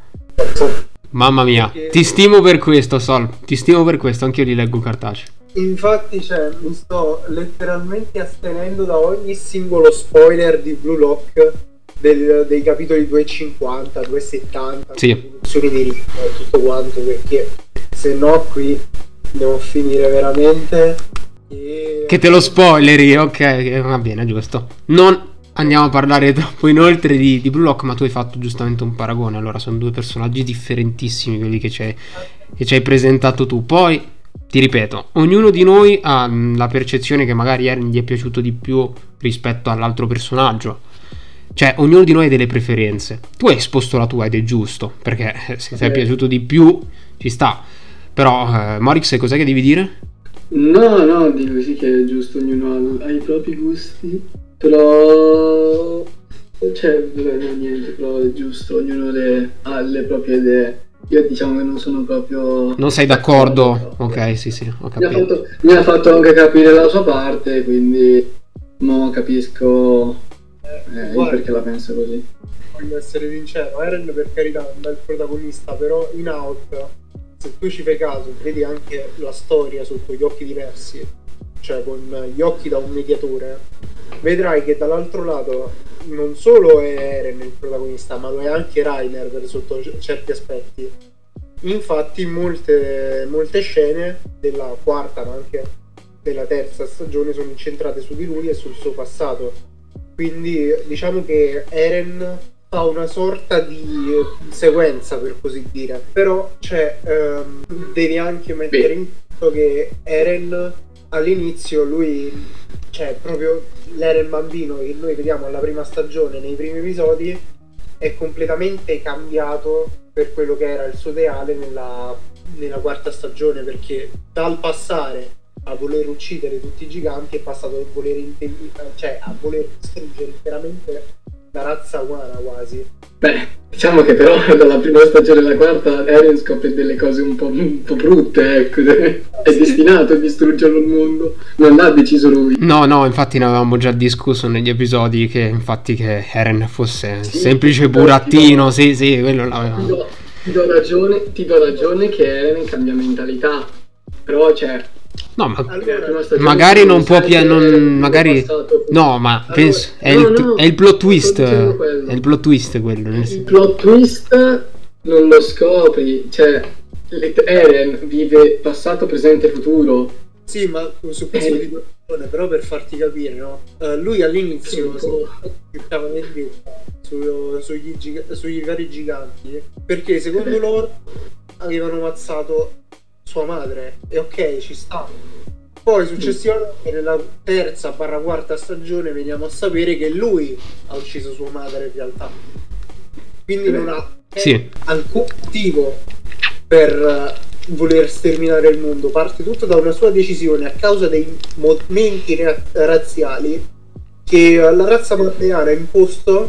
Mamma mia, Perché- ti stimo per questo, Sol. Ti stimo per questo, anch'io li leggo cartaceo. Infatti, cioè, mi sto letteralmente astenendo da ogni singolo spoiler di Blue Lock del- dei capitoli due e cinquanta, due e settanta, Sì. evoluzioni di ritmo e tutto quanto, perché se no qui devo finire veramente che... Che te lo spoileri, ok, eh, va bene, giusto. Non andiamo a parlare troppo inoltre di, di Blue Lock, ma tu hai fatto giustamente un paragone. Allora, sono due personaggi differentissimi quelli che ci hai, che ci hai presentato tu. Poi, ti ripeto, ognuno di noi ha mh, la percezione che magari Eren gli è piaciuto di più rispetto all'altro personaggio. Cioè, ognuno di noi ha delle preferenze. Tu hai esposto la tua ed è giusto, perché eh, se ti è Eh. piaciuto di più, ci sta. Però, eh, Morix, cos'è che devi dire? No, no, dico sì che è giusto, ognuno ha, ha i propri gusti, però... Cioè, vabbè, no, niente, però è giusto, ognuno le, ha le proprie idee. Io diciamo che non sono proprio... Non sei d'accordo? Ok, sì, sì, ho Mi ha, capito. fatto, mi ha fatto anche capire la sua parte, quindi mo capisco eh, io Guarda, perché la penso così. voglio essere sincero, Eren per carità è un bel protagonista, però in Out, se tu ci fai caso, vedi anche la storia sotto gli occhi diversi, cioè con gli occhi da un mediatore, vedrai che dall'altro lato non solo è Eren il protagonista, ma lo è anche Reiner per sotto certi aspetti. Infatti molte, molte scene della quarta, ma anche della terza stagione, sono incentrate su di lui e sul suo passato. Quindi diciamo che Eren fa una sorta di sequenza, per così dire, però cioè, ehm, devi anche mettere in conto che Eren all'inizio lui, cioè proprio l'Eren bambino che noi vediamo alla prima stagione, nei primi episodi, è completamente cambiato per quello che era il suo ideale nella, nella quarta stagione, perché dal passare a voler uccidere tutti i giganti è passato a voler, inte- cioè, a voler distruggere interamente la razza umana quasi. Beh, diciamo che però dalla prima stagione alla quarta Eren scopre delle cose un po', un po' brutte, ecco. È destinato a distruggere il mondo, non l'ha deciso lui. No, no, infatti ne avevamo già discusso negli episodi che infatti che Eren fosse Sì, semplice ti do- burattino, ti do- sì, sì, quello Ti l'avevamo. do, ti do ragione, ti do ragione che Eren cambia mentalità, però cioè... No, ma Allora, la prima stagione magari non può sai più, che non, il magari passato fu- no, ma Allora, penso è, no, il, no, è il plot sto twist, dicendo quello. è il plot twist quello, nel Il senso- plot twist non lo scopri, cioè le- Eren vive passato, presente e futuro. Sì, ma su questo Eh. di questione, però per farti capire, no? Eh, lui all'inizio Sì, cercava vendetta su- sugli, giga- sugli vari giganti, perché secondo loro avevano ammazzato sua madre, e ok, ci sta. Poi successivamente nella terza barra quarta stagione veniamo a sapere che lui ha ucciso sua madre in realtà, quindi non ha Sì. alcun motivo per eh, voler sterminare il mondo. Parte tutto da una sua decisione a causa dei movimenti ra- razziali che eh, la razza marleana ha imposto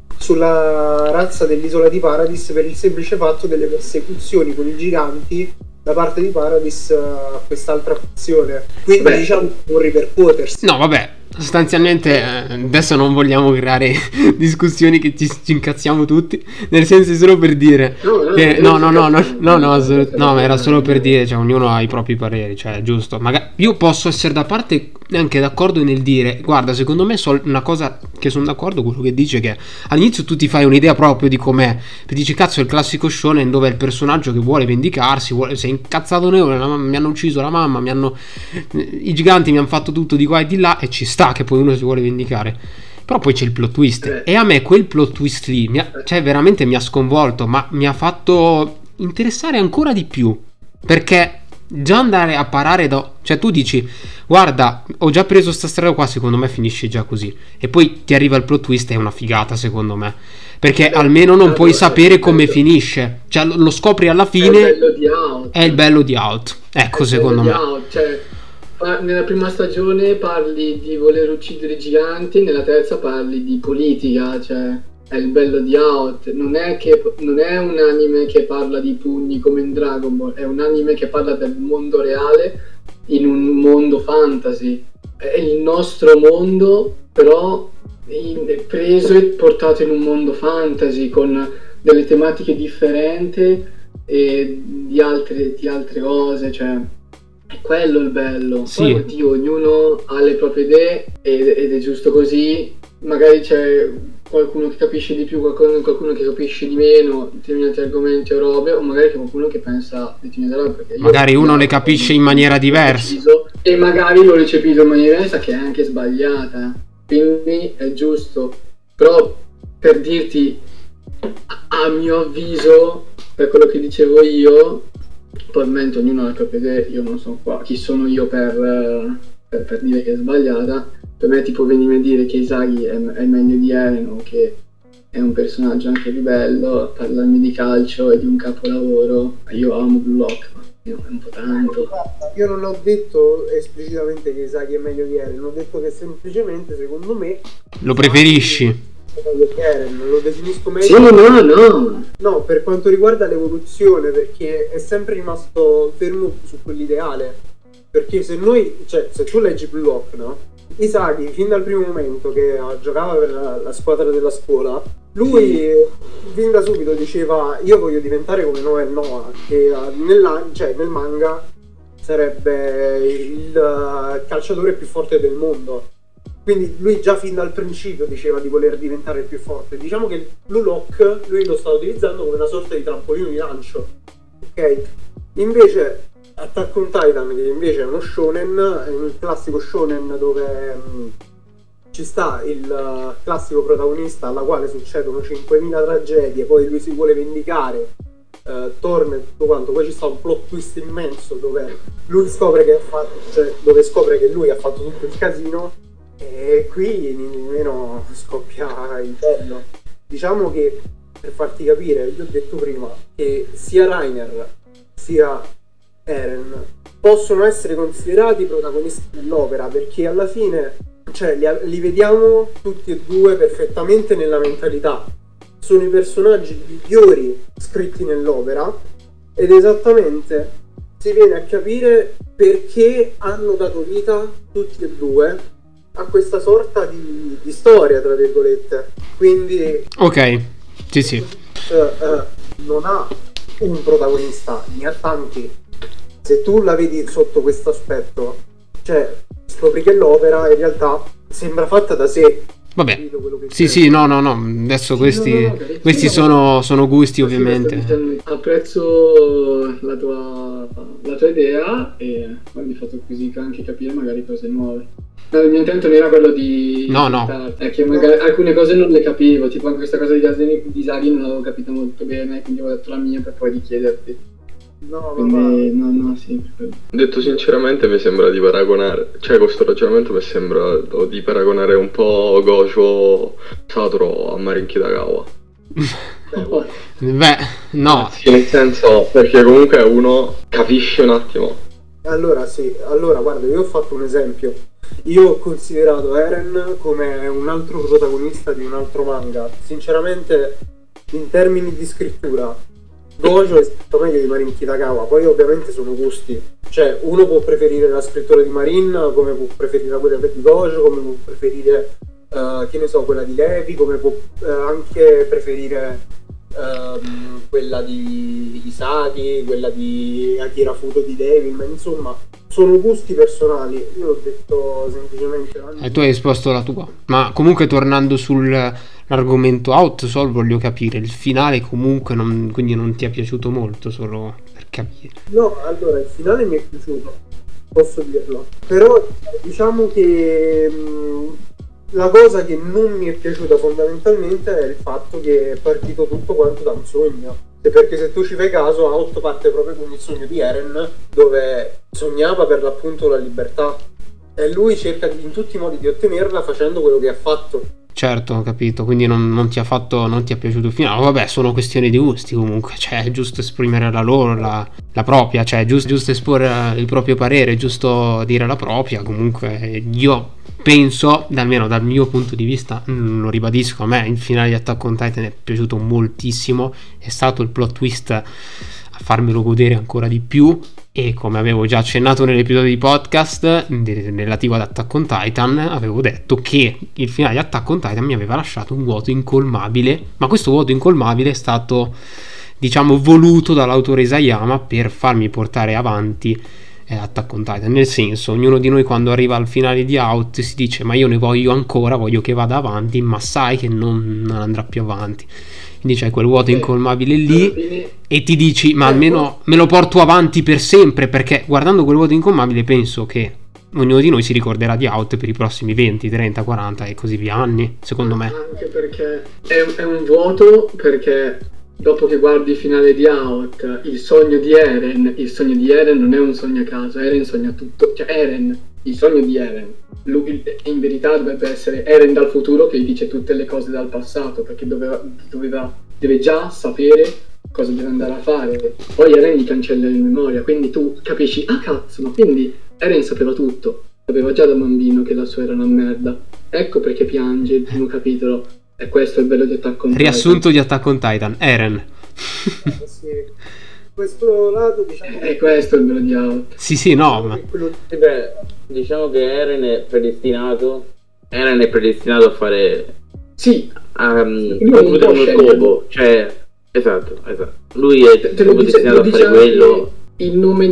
sulla razza dell'isola di Paradis, per il semplice fatto delle persecuzioni con i giganti da parte di Paradis eh, a quest'altra fazione. Quindi Beh. diciamo un ripercuotersi. No, vabbè, sostanzialmente eh, adesso non vogliamo creare discussioni che ci, ci incazziamo tutti, nel senso è solo per dire No, no, che- non no, no, si no, no, cazziamo, no, no, non si assolut- cazziamo. no, ma era solo per dire, cioè ognuno ha i propri pareri, cioè è giusto. Maga- io posso essere da parte anche d'accordo nel dire, guarda, secondo me sol- una cosa che sono d'accordo quello che dice, che all'inizio tu ti fai un'idea proprio di com'è, e dici cazzo è il classico shonen dove è il personaggio che vuole vendicarsi, vuole, si è incazzato nero, la mamma- mi hanno ucciso la mamma, mi hanno i giganti mi hanno fatto tutto di qua e di là, e ci sta che poi uno si vuole vendicare. Però poi c'è il plot twist, Eh. e a me quel plot twist lì mi ha- cioè veramente mi ha sconvolto, ma mi ha fatto interessare ancora di più, perché già andare a parare da... Cioè tu dici, guarda, ho già preso sta strada qua, secondo me finisce già così. E poi ti arriva il plot twist, è una figata secondo me. Perché almeno non puoi sapere come finisce. Cioè lo, lo scopri alla fine. È il bello di Out. È il bello di Out. Ecco, secondo me. Out. Cioè, pa- nella prima stagione parli di voler uccidere i giganti, nella terza parli di politica, cioè... È il bello di Out, non è, che, non è un anime che parla di pugni come in Dragon Ball, è un anime che parla del mondo reale in un mondo fantasy. È il nostro mondo, però in, preso e portato in un mondo fantasy con delle tematiche differenti e di altre, di altre cose, cioè è quello il bello. Sì. Poi oddio, ognuno ha le proprie idee ed, ed è giusto così, magari c'è qualcuno che capisce di più, qualcuno, qualcuno che capisce di meno determinati argomenti o robe, o magari c'è qualcuno che pensa determinate robe, perché magari uno le capisce in maniera diversa e magari l'ho recepito in maniera diversa che è anche sbagliata, quindi è giusto. Però per dirti, a, a mio avviso, per quello che dicevo io, probabilmente ognuno ha le proprie idee, io non sono qua, chi sono io per, per, per dire che è sbagliata. Per me tipo venire a dire che Isagi è, è meglio di Eren o che è un personaggio anche ribello, parlarmi di calcio e di un capolavoro, io amo Blue Lock, ma io è un po' tanto. Io non ho detto esplicitamente che Isagi è meglio di Eren, ho detto che semplicemente secondo me lo preferisci. È meglio di Eren, lo definisco meglio. Sì, no, no. No, per quanto riguarda l'evoluzione, perché è sempre rimasto fermo su quell'ideale. Perché se noi, cioè se tu leggi Blue Lock, no? Isagi, fin dal primo momento che giocava per la, la squadra della scuola, lui fin da subito diceva io voglio diventare come Noah e Noah, che nella, cioè, nel manga sarebbe il calciatore più forte del mondo. Quindi lui già fin dal principio diceva di voler diventare il più forte. Diciamo che il Blue Lock lui lo sta utilizzando come una sorta di trampolino di lancio, ok? Invece Attack on Titan, che invece è uno shonen, è un classico shonen dove mh, ci sta il uh, classico protagonista alla quale succedono cinquemila tragedie, poi lui si vuole vendicare, uh, torna e tutto quanto, poi ci sta un plot twist immenso dove lui scopre che ha fatto, cioè dove scopre che lui ha fatto tutto il casino e qui nemmeno scoppia il bello. Diciamo che per farti capire, io ho detto prima che sia Reiner sia Eren possono essere considerati protagonisti dell'opera perché alla fine cioè, li, li vediamo tutti e due perfettamente nella mentalità, sono i personaggi migliori scritti nell'opera ed esattamente si viene a capire perché hanno dato vita tutti e due a questa sorta di, di storia tra virgolette, quindi ok, sì sì uh, uh, non ha un protagonista, ne ha tanti. Se tu la vedi sotto questo aspetto, cioè scopri che l'opera in realtà sembra fatta da sé. Vabbè, sì sì, no no no, adesso questi, no, no, no, questi no, sono, sono gusti ovviamente. Apprezzo la tua, la tua idea e mi ha fatto così anche capire magari cose nuove. No, il mio intento non era quello di... No, no. È che magari alcune cose non le capivo, tipo anche questa cosa di Isagi non l'avevo capita molto bene, quindi ho detto la mia per poi richiederti. No, quindi no, no, sì. Detto sinceramente mi sembra di paragonare, cioè questo ragionamento mi sembra di paragonare un po' Gojo Satoru a Marin Kitagawa. Beh, no. Sì, nel senso, perché comunque uno capisce un attimo. Allora sì, allora guarda, io ho fatto un esempio. Io ho considerato Eren come un altro protagonista di un altro manga. Sinceramente, in termini di scrittura Gojo è scritto meglio di Marin Kitagawa, poi ovviamente sono gusti, cioè uno può preferire la scrittura di Marin come può preferire quella di Gojo, come può preferire uh, che ne so, quella di Levi, come può uh, anche preferire uh, quella di Isagi, quella di Akira Futo di Devil, ma insomma sono gusti personali. Io ho detto semplicemente e tu hai esposto la tua, ma comunque tornando sull'argomento Outsol voglio capire il finale comunque non, quindi non ti è piaciuto molto, solo per capire. No, allora il finale mi è piaciuto, posso dirlo, però diciamo che mh, la cosa che non mi è piaciuta fondamentalmente è il fatto che è partito tutto quanto da un sogno. Se perché se tu ci fai caso, Out parte proprio con il sogno di Eren, dove sognava per l'appunto la libertà, e lui cerca di, in tutti i modi di ottenerla facendo quello che ha fatto. Certo, ho capito, quindi non, non ti ha fatto, non ti è piaciuto il finale. Vabbè, sono questioni di gusti comunque, cioè è giusto esprimere la loro, la, la propria, cioè è giusto, giusto esporre il proprio parere, è giusto dire la propria. Comunque io penso, almeno dal mio punto di vista, mh, lo ribadisco, a me il finale di Attack on Titan è piaciuto moltissimo, è stato il plot twist a farmelo godere ancora di più. E come avevo già accennato nell'episodio di podcast relativo ad Attack on Titan, avevo detto che il finale di Attack on Titan mi aveva lasciato un vuoto incolmabile, ma questo vuoto incolmabile è stato, diciamo, voluto dall'autore Isayama per farmi portare avanti eh, Attack on Titan. Nel senso, ognuno di noi quando arriva al finale di Out si dice: ma io ne voglio ancora, voglio che vada avanti, ma sai che non, non andrà più avanti. Quindi c'è quel vuoto incolmabile lì e ti dici: ma almeno me lo porto avanti per sempre, perché guardando quel vuoto incolmabile penso che ognuno di noi si ricorderà di Out per i prossimi venti, trenta, quaranta e così via anni, secondo me. Anche perché è, è un vuoto, perché dopo che guardi il finale di Out, il sogno di Eren, il sogno di Eren non è un sogno a caso, Eren sogna tutto, cioè Eren, il sogno di Eren, lui, in verità dovrebbe essere Eren dal futuro che gli dice tutte le cose dal passato, perché doveva, doveva deve già sapere cosa deve andare a fare. Poi Eren gli cancella la memoria, quindi tu capisci: ah cazzo, ma quindi Eren sapeva tutto, sapeva già da bambino che la sua era una merda, ecco perché piange il primo capitolo. E questo è il bello di Attack on Titan. Riassunto di Attack on Titan, Eren. Eh, sì. Questo lato, diciamo, e questo è il bello di Out. Sì sì, no, ma Sì, beh, diciamo che Eren è predestinato Eren è predestinato a fare Sì, um, Lui non uno può uno scegliere. scopo, cioè esatto, esatto. Lui è te, te lo dice, predestinato lo a dice fare anche quello. il nome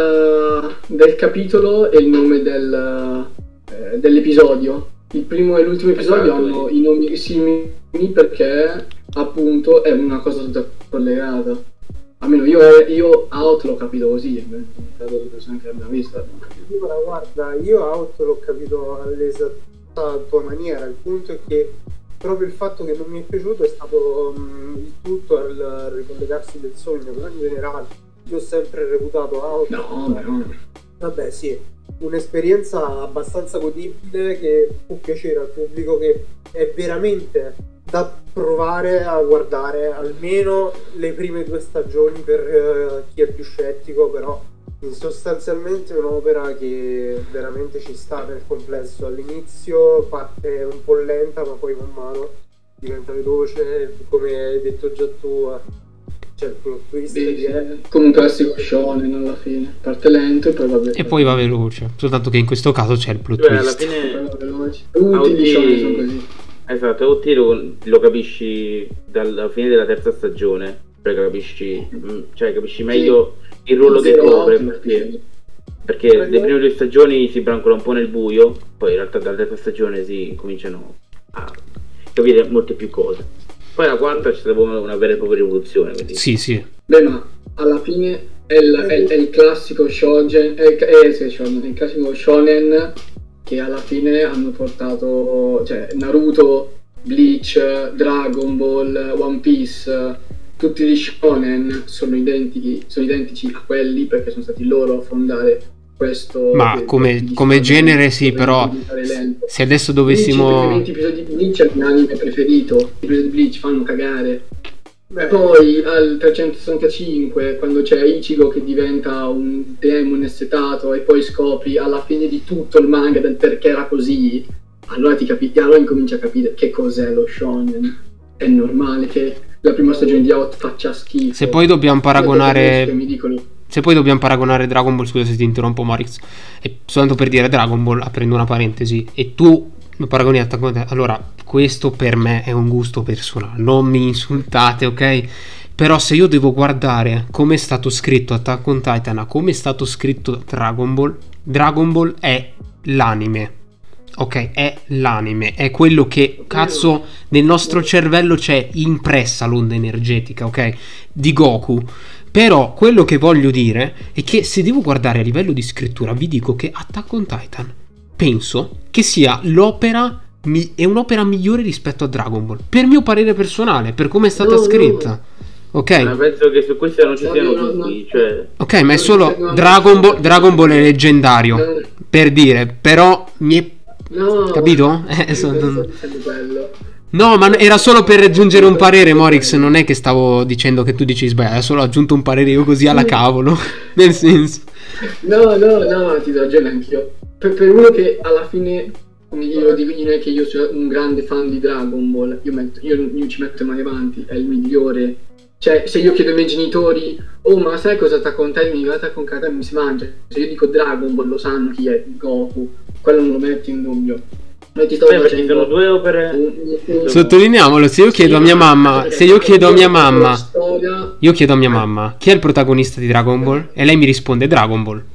del, del capitolo e il nome del, eh, dell'episodio. Il primo e l'ultimo episodio Esatto, hanno sì. i nomi simili perché appunto è una cosa tutta collegata. Almeno io, io Out l'ho capito così, eh, credo le persone che l'abbiano visto l'abbiano capito. Ora, guarda, io Out l'ho capito all'esatta tua maniera. Il punto è che proprio il fatto che non mi è piaciuto è stato um, il tutto al ricollegarsi del sogno, però in generale io ho sempre reputato Out. No, ma no. Vabbè, sì, un'esperienza abbastanza godibile che può piacere al pubblico, che è veramente da provare a guardare almeno le prime due stagioni per uh, chi è più scettico, però sostanzialmente è un'opera che veramente ci sta nel complesso. All'inizio parte un po' lenta, ma poi man mano diventa veloce, come hai detto già tu, c'è il plot twist Sì, che sì. è Come un classico shonen alla fine, parte lento e poi va bene. e poi va veloce, soltanto che in questo caso c'è il plot Cioè, alla twist. fine Poi va veloce. Tutti Audi- gli shonen sono così. esatto, O T lo, lo capisci dalla fine della terza stagione, cioè capisci, mm, cioè capisci meglio il ruolo che Zero copre, Out, perché, perché le prime due stagioni si brancola un po' nel buio, poi in realtà dalla terza stagione si cominciano a capire molte più cose. Poi la quarta c'è stata una vera e propria rivoluzione, quindi Sì sì, Beh, ma alla fine è il, è il- è il classico shonen, è, il- è, sì, shonen, è il classico shonen che alla fine hanno portato, cioè Naruto, Bleach, Dragon Ball, One Piece, tutti gli shonen sono identici, sono identici a quelli perché sono stati loro a fondare questo. ma che- come, che come shonen genere sì, dovevano però diventare lento. se adesso Bleach, i primi dovessimo... venti episodi di Bleach è il mio anime preferito. I episodi di Bleach fanno cagare. Beh, Poi al trecentosessantacinque, quando c'è Ichigo che diventa un demone setato e poi scopri alla fine di tutto il manga del perché era così, allora ti capi- allora incominci a capire che cos'è lo shonen. È normale che la prima stagione di Out faccia schifo. Se poi dobbiamo paragonare... Mi dicono Se poi dobbiamo paragonare Dragon Ball, scusa se ti interrompo Marix, e soltanto per dire Dragon Ball, aprendo una parentesi, e tu lo paragoni a Attack on Titan, allora questo per me è un gusto personale, non mi insultate, ok? Però se io devo guardare come è stato scritto Attack on Titan a come è stato scritto Dragon Ball, Dragon Ball è l'anime, ok? È l'anime, è quello che cazzo nel nostro cervello c'è impressa l'onda energetica, ok? Di Goku. Però quello che voglio dire è che se devo guardare a livello di scrittura vi dico che Attack on Titan penso che sia l'opera mi- è un'opera migliore rispetto a Dragon Ball, per mio parere personale, per come è stata No, no. scritta. Ok. Ma penso che su questa non ci siano No, no, dubbi, no. cioè... Ok, ma è solo Dragon Ball, Dragon Ball è leggendario, per dire, però mi è... No, Capito? Eh, non so- sto dicendo quello. No, ma era solo per aggiungere un parere, Morix, non è che stavo dicendo che tu dici sbagliato, ho solo aggiunto un parere io così alla cavolo, nel senso... No, no, no, ti do ragione anch'io. Per, per uno che alla fine, come io dico, non è che io sia un grande fan di Dragon Ball, io, metto, io non ci metto mai avanti, è il migliore. Cioè, se io chiedo ai miei genitori, oh, ma sai cosa Attack on Titan? Mi va Attack on Titan, mi si mangia. Se io dico Dragon Ball, lo sanno chi è Goku, quello non lo metto in dubbio. Ma ti sto Beh, perché facendo sono due opere... un- un- Sottolineiamolo, se io chiedo a mia mamma, se io chiedo a mia mamma, storia, io chiedo a mia mamma, chi è il protagonista di Dragon Ball? E lei mi risponde Dragon Ball.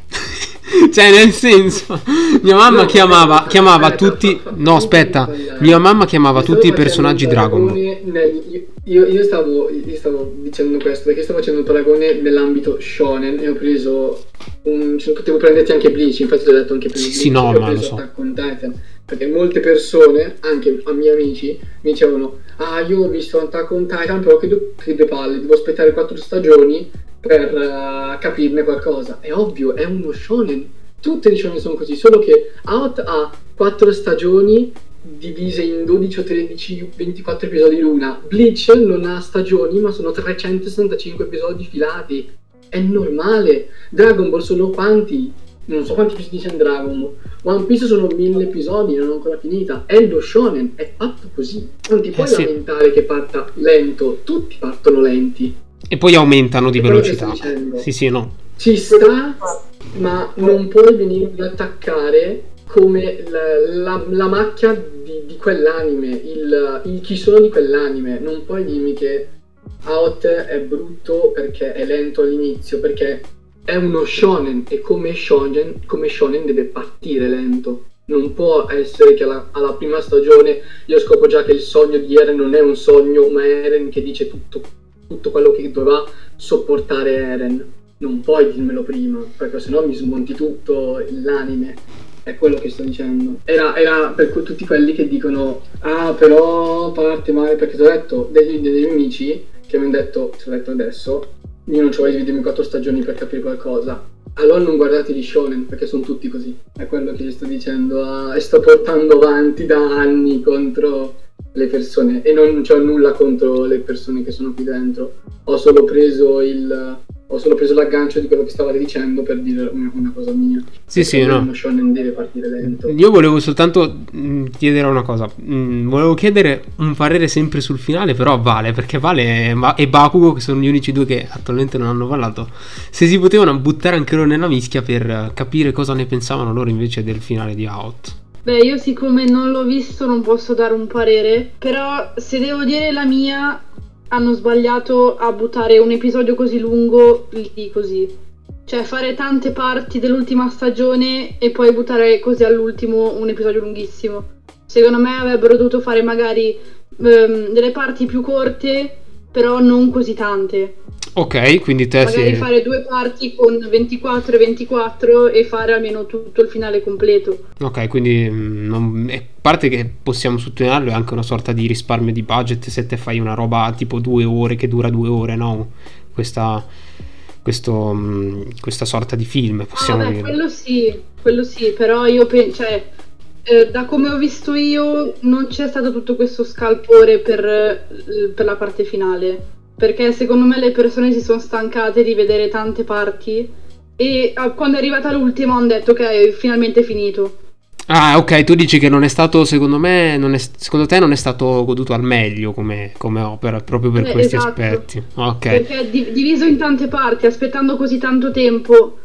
Cioè, nel senso, mia mamma No, chiamava, aspetta, chiamava aspetta, tutti, fa- fa- no, fa- aspetta, fa- fa- mia mamma chiamava Mi stavo tutti i facendo personaggi un Dragon Ball. paragone nel- io, io, stavo, io stavo dicendo questo perché stavo facendo un paragone nell'ambito shonen e ho preso un, cioè, potevo prenderti anche Bleach, infatti ti ho detto anche prima Sì, Bleach, sì, no, e ho ma lo preso so. Attack on Titan, perché molte persone, anche a miei amici, mi dicevano ah, io ho visto Attack on Titan, però che due, che due palle, devo aspettare quattro stagioni per uh, capirne qualcosa. È ovvio, è uno shonen, tutte le shonen sono così, solo che Out ha quattro stagioni divise in dodici o tredici, ventiquattro episodi l'una. Bleach non ha stagioni, ma sono trecentosessantacinque episodi filati. È normale. Dragon Ball sono quanti? Non so quanti episodi c'è in Dragon Ball. One Piece sono mille episodi, non ho ancora finita. È lo shonen, è fatto così. Non ti puoi sì. lamentare che parta lento, tutti partono lenti. E poi aumentano di È quello che velocità. sto dicendo. Sì, sì, no. Ci sta, ma non puoi venire ad attaccare come la, la, la macchia di, di quell'anime, il, il chi sono di quell'anime. Non puoi dirmi che Out è brutto perché è lento all'inizio, perché è uno shonen e come shonen, come shonen deve partire lento. Non può essere che alla, alla prima stagione io scopro già che il sogno di Eren non è un sogno, ma è Eren che dice tutto, tutto quello che doveva sopportare Eren. Non puoi dirmelo prima, perché sennò mi smonti tutto l'anime. È quello che sto dicendo. Era, era per que- tutti quelli che dicono ah, però parte male, perché ti ho detto degli, degli amici che mi hanno detto, ti ho detto adesso, io non ci voglio vedermi quattro stagioni per capire qualcosa. Allora non guardate gli shonen, perché sono tutti così. È quello che gli sto dicendo ah, e sto portando avanti da anni contro le persone. E non c'ho nulla contro le persone che sono qui dentro. Ho solo preso il... Ho solo preso l'aggancio di quello che stavate dicendo per dire una, una cosa mia. Sì, sì, no. Uno shonen deve partire lento. Io volevo soltanto mh, chiedere una cosa. Mh, volevo chiedere un parere sempre sul finale, però a Vale, perché Vale e, Ma- e Bakugo, che sono gli unici due che attualmente non hanno parlato, se si potevano buttare anche loro nella mischia per capire cosa ne pensavano loro invece del finale di Out. Beh, io siccome non l'ho visto non posso dare un parere, però se devo dire la mia, hanno sbagliato a buttare un episodio così lungo lì così. Cioè fare tante parti dell'ultima stagione e poi buttare così all'ultimo un episodio lunghissimo. Secondo me avrebbero dovuto fare magari ehm, delle parti più corte, però non così tante. Ok, quindi te Magari sei... fare due parti con ventiquattro e ventiquattro e fare almeno tutto il finale completo. Ok, quindi mh, non... a parte che possiamo sottolinearlo, è anche una sorta di risparmio di budget se te fai una roba tipo due ore che dura due ore, no? Questa, questo, mh, questa sorta di film, possiamo Ah, beh, dire. quello sì, quello sì, però io penso, cioè, eh, da come ho visto io, non c'è stato tutto questo scalpore per, eh, per la parte finale. Perché secondo me le persone si sono stancate di vedere tante parti e ah, quando è arrivata l'ultima hanno detto ok, finalmente è finito. Ah, ok, tu dici che non è stato, secondo me, non è, secondo te non è stato goduto al meglio come, come opera, proprio per Eh, questi esatto. aspetti. Ok. Perché è di- diviso in tante parti, aspettando così tanto tempo.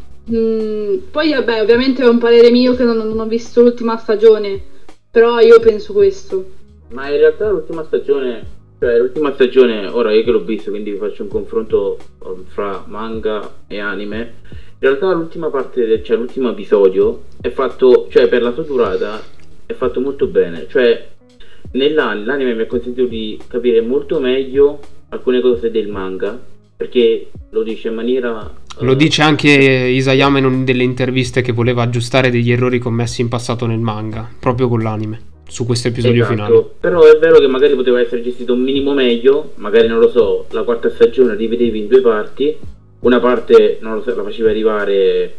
Mm, poi vabbè, ovviamente è un parere mio che non, non ho visto l'ultima stagione, però io penso questo. Ma in realtà l'ultima stagione, cioè l'ultima stagione, ora io che l'ho visto, quindi vi faccio un confronto um, fra manga e anime. In realtà l'ultima parte, del, cioè l'ultimo episodio è fatto, cioè per la sua durata, è fatto molto bene. Cioè nell'anime l'anime mi ha consentito di capire molto meglio alcune cose del manga, perché lo dice in maniera... Lo dice anche Isayama in una delle interviste che voleva aggiustare degli errori commessi in passato nel manga, proprio con l'anime. su questo episodio esatto. finale. Però è vero che magari poteva essere gestito un minimo meglio, magari non lo so, la quarta stagione dividevi in due parti, una parte non lo so, la facevi arrivare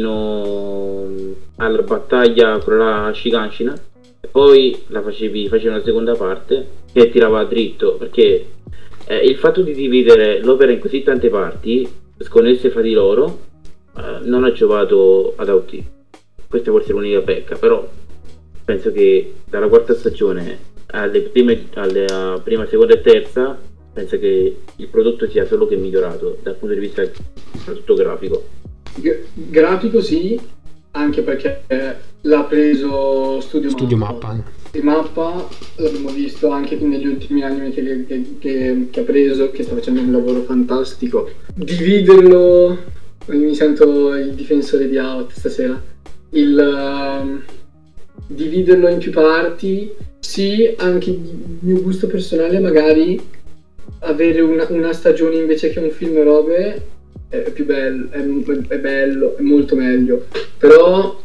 fino alla battaglia con la Shiganshina e poi la facevi, facevi una seconda parte che tirava dritto, perché eh, il fatto di dividere l'opera in così tante parti sconnesse fra di loro eh, non ha giovato ad Out. Questa forse è l'unica pecca, però penso che dalla quarta stagione alle prime, alla prima, seconda e terza penso che il prodotto sia solo che migliorato dal punto di vista soprattutto grafico. G- grafico sì, anche perché l'ha preso Studio, Studio Mappa. Mappa. Studio Mappa l'abbiamo visto anche negli ultimi anime che, che, che, che ha preso, che sta facendo un lavoro fantastico. Dividerlo, mi sento il difensore di Out stasera, il uh, dividerlo in più parti, sì, anche il mio gusto personale magari avere una, una stagione invece che un film e robe è più bello, è, è bello, è molto meglio, però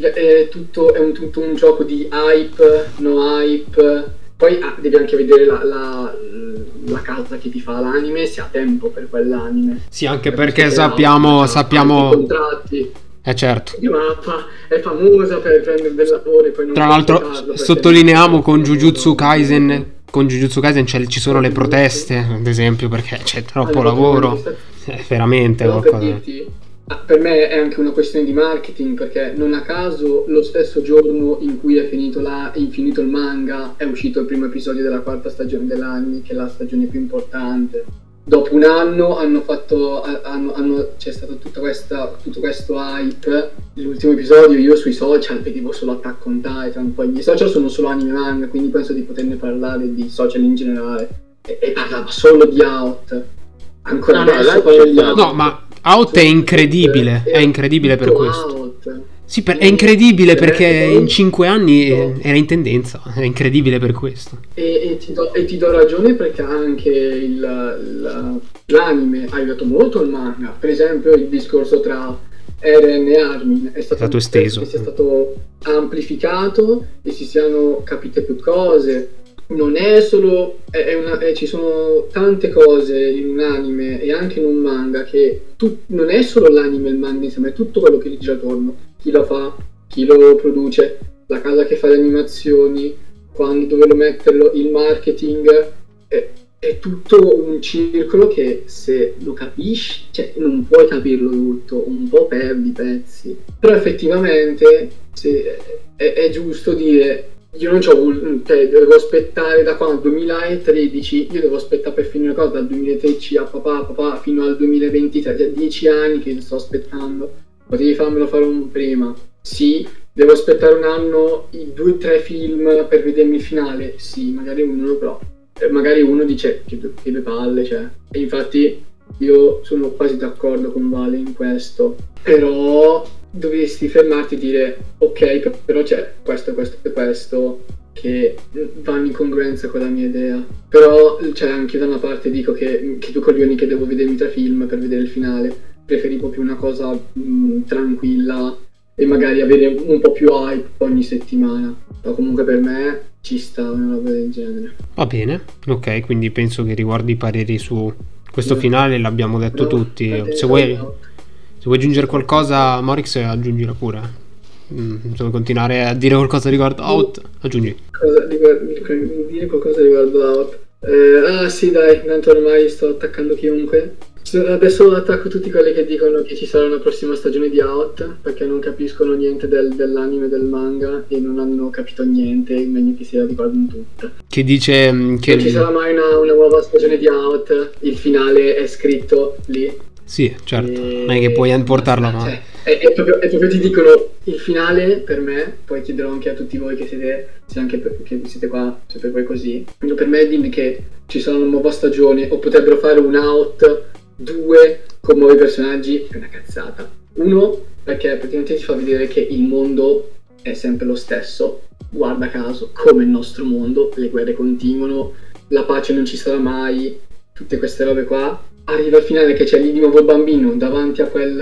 è tutto, è un, tutto un gioco di hype, no hype, poi ah, devi anche vedere la, la, la casa che ti fa l'anime, se ha tempo per quell'anime. Sì, anche per perché sappiamo, sappiamo... contratti. Eh certo. Studio Mappa è famosa per prendere del lavoro e poi non Tra l'altro sottolineiamo con Jujutsu Kaisen, con Jujutsu Kaisen c'è, ci sono le proteste, ad esempio, perché c'è troppo allora, lavoro, è veramente no, qualcosa. Per, dirti, per me è anche una questione di marketing, perché non a caso lo stesso giorno in cui è finito, la, è finito il manga è uscito il primo episodio della quarta stagione dell'anime, che è la stagione più importante. Dopo un anno hanno fatto hanno, hanno, c'è stato tutta questa, tutto questo hype. L'ultimo episodio io sui social vedevo solo Attack on Titan, poi i social sono solo anime manga, quindi penso di poterne parlare di social in generale, e, e parlava solo di Out ancora no, adesso no, di Out. No, ma Out è incredibile, è incredibile per questo. Out. Sì, per, è incredibile perché Eh, in cinque anni no. era in tendenza, è incredibile per questo. E, e, ti do, e ti do ragione perché anche il, il, l'anime ha aiutato molto il manga. Per esempio il discorso tra Eren e Armin è stato, È stato esteso. Che sia stato amplificato e si siano capite più cose. Non è solo è, è una, è, ci sono tante cose in un anime e anche in un manga che tu, non è solo l'anime e il manga insieme, è tutto quello che gli gira attorno. Chi lo fa, chi lo produce, la casa che fa le animazioni, quando, dove lo metterlo, il marketing, è, è tutto un circolo che se lo capisci, cioè non puoi capirlo tutto, un po' perdi i pezzi. Però effettivamente se, è, è giusto dire, io non c'ho, cioè, devo aspettare da quando, duemilatredici, io devo aspettare per finire una cosa dal duemilatredici a papà, papà fino al duemilaventitré, cioè dieci anni che sto aspettando. Potevi farmelo fare un prima? Sì. Devo aspettare un anno i due o tre film per vedermi il finale? Sì, magari uno, però eh, magari uno dice che, che due palle, cioè. E infatti io sono quasi d'accordo con Vale in questo, però dovresti fermarti e dire ok, però c'è questo, questo e questo che vanno in congruenza con la mia idea. Però cioè, anche da una parte dico che, che due coglioni che devo vedermi tre film per vedere il finale. Preferivo più una cosa mh, tranquilla e magari avere un po' più hype ogni settimana. Ma comunque per me ci sta una roba del genere. Va bene, ok, quindi penso che riguardi i pareri su questo No. finale l'abbiamo detto No, tutti. fate- Se vuoi, no. se vuoi aggiungere qualcosa, Morix, aggiungila pure. Mm, se vuoi continuare a dire qualcosa riguardo Out, aggiungi. Cosa riguardo, dire qualcosa riguardo Out? Eh, ah sì dai, tanto ormai sto attaccando chiunque. Adesso attacco tutti quelli che dicono che ci sarà una prossima stagione di Out perché non capiscono niente del, dell'anime, del manga e non hanno capito niente, è meglio che si la ricordino tutta. Che dice mm, che... Non ci sarà mai una, una nuova stagione di Out, il finale è scritto lì. Sì, certo, E- non è che puoi portarlo Cioè, avanti. è, è proprio, è proprio ti dicono il finale per me, poi chiederò anche a tutti voi che siete, se anche per, che siete qua, se per voi così. Quindi per me dimmi che ci sarà una nuova stagione o potrebbero fare un Out due con nuovi personaggi, è una cazzata. Uno, perché praticamente ti fa vedere che il mondo è sempre lo stesso, guarda caso, come il nostro mondo, le guerre continuano, la pace non ci sarà mai, tutte queste robe qua. Arriva al finale che c'è lì di nuovo il bambino davanti a quel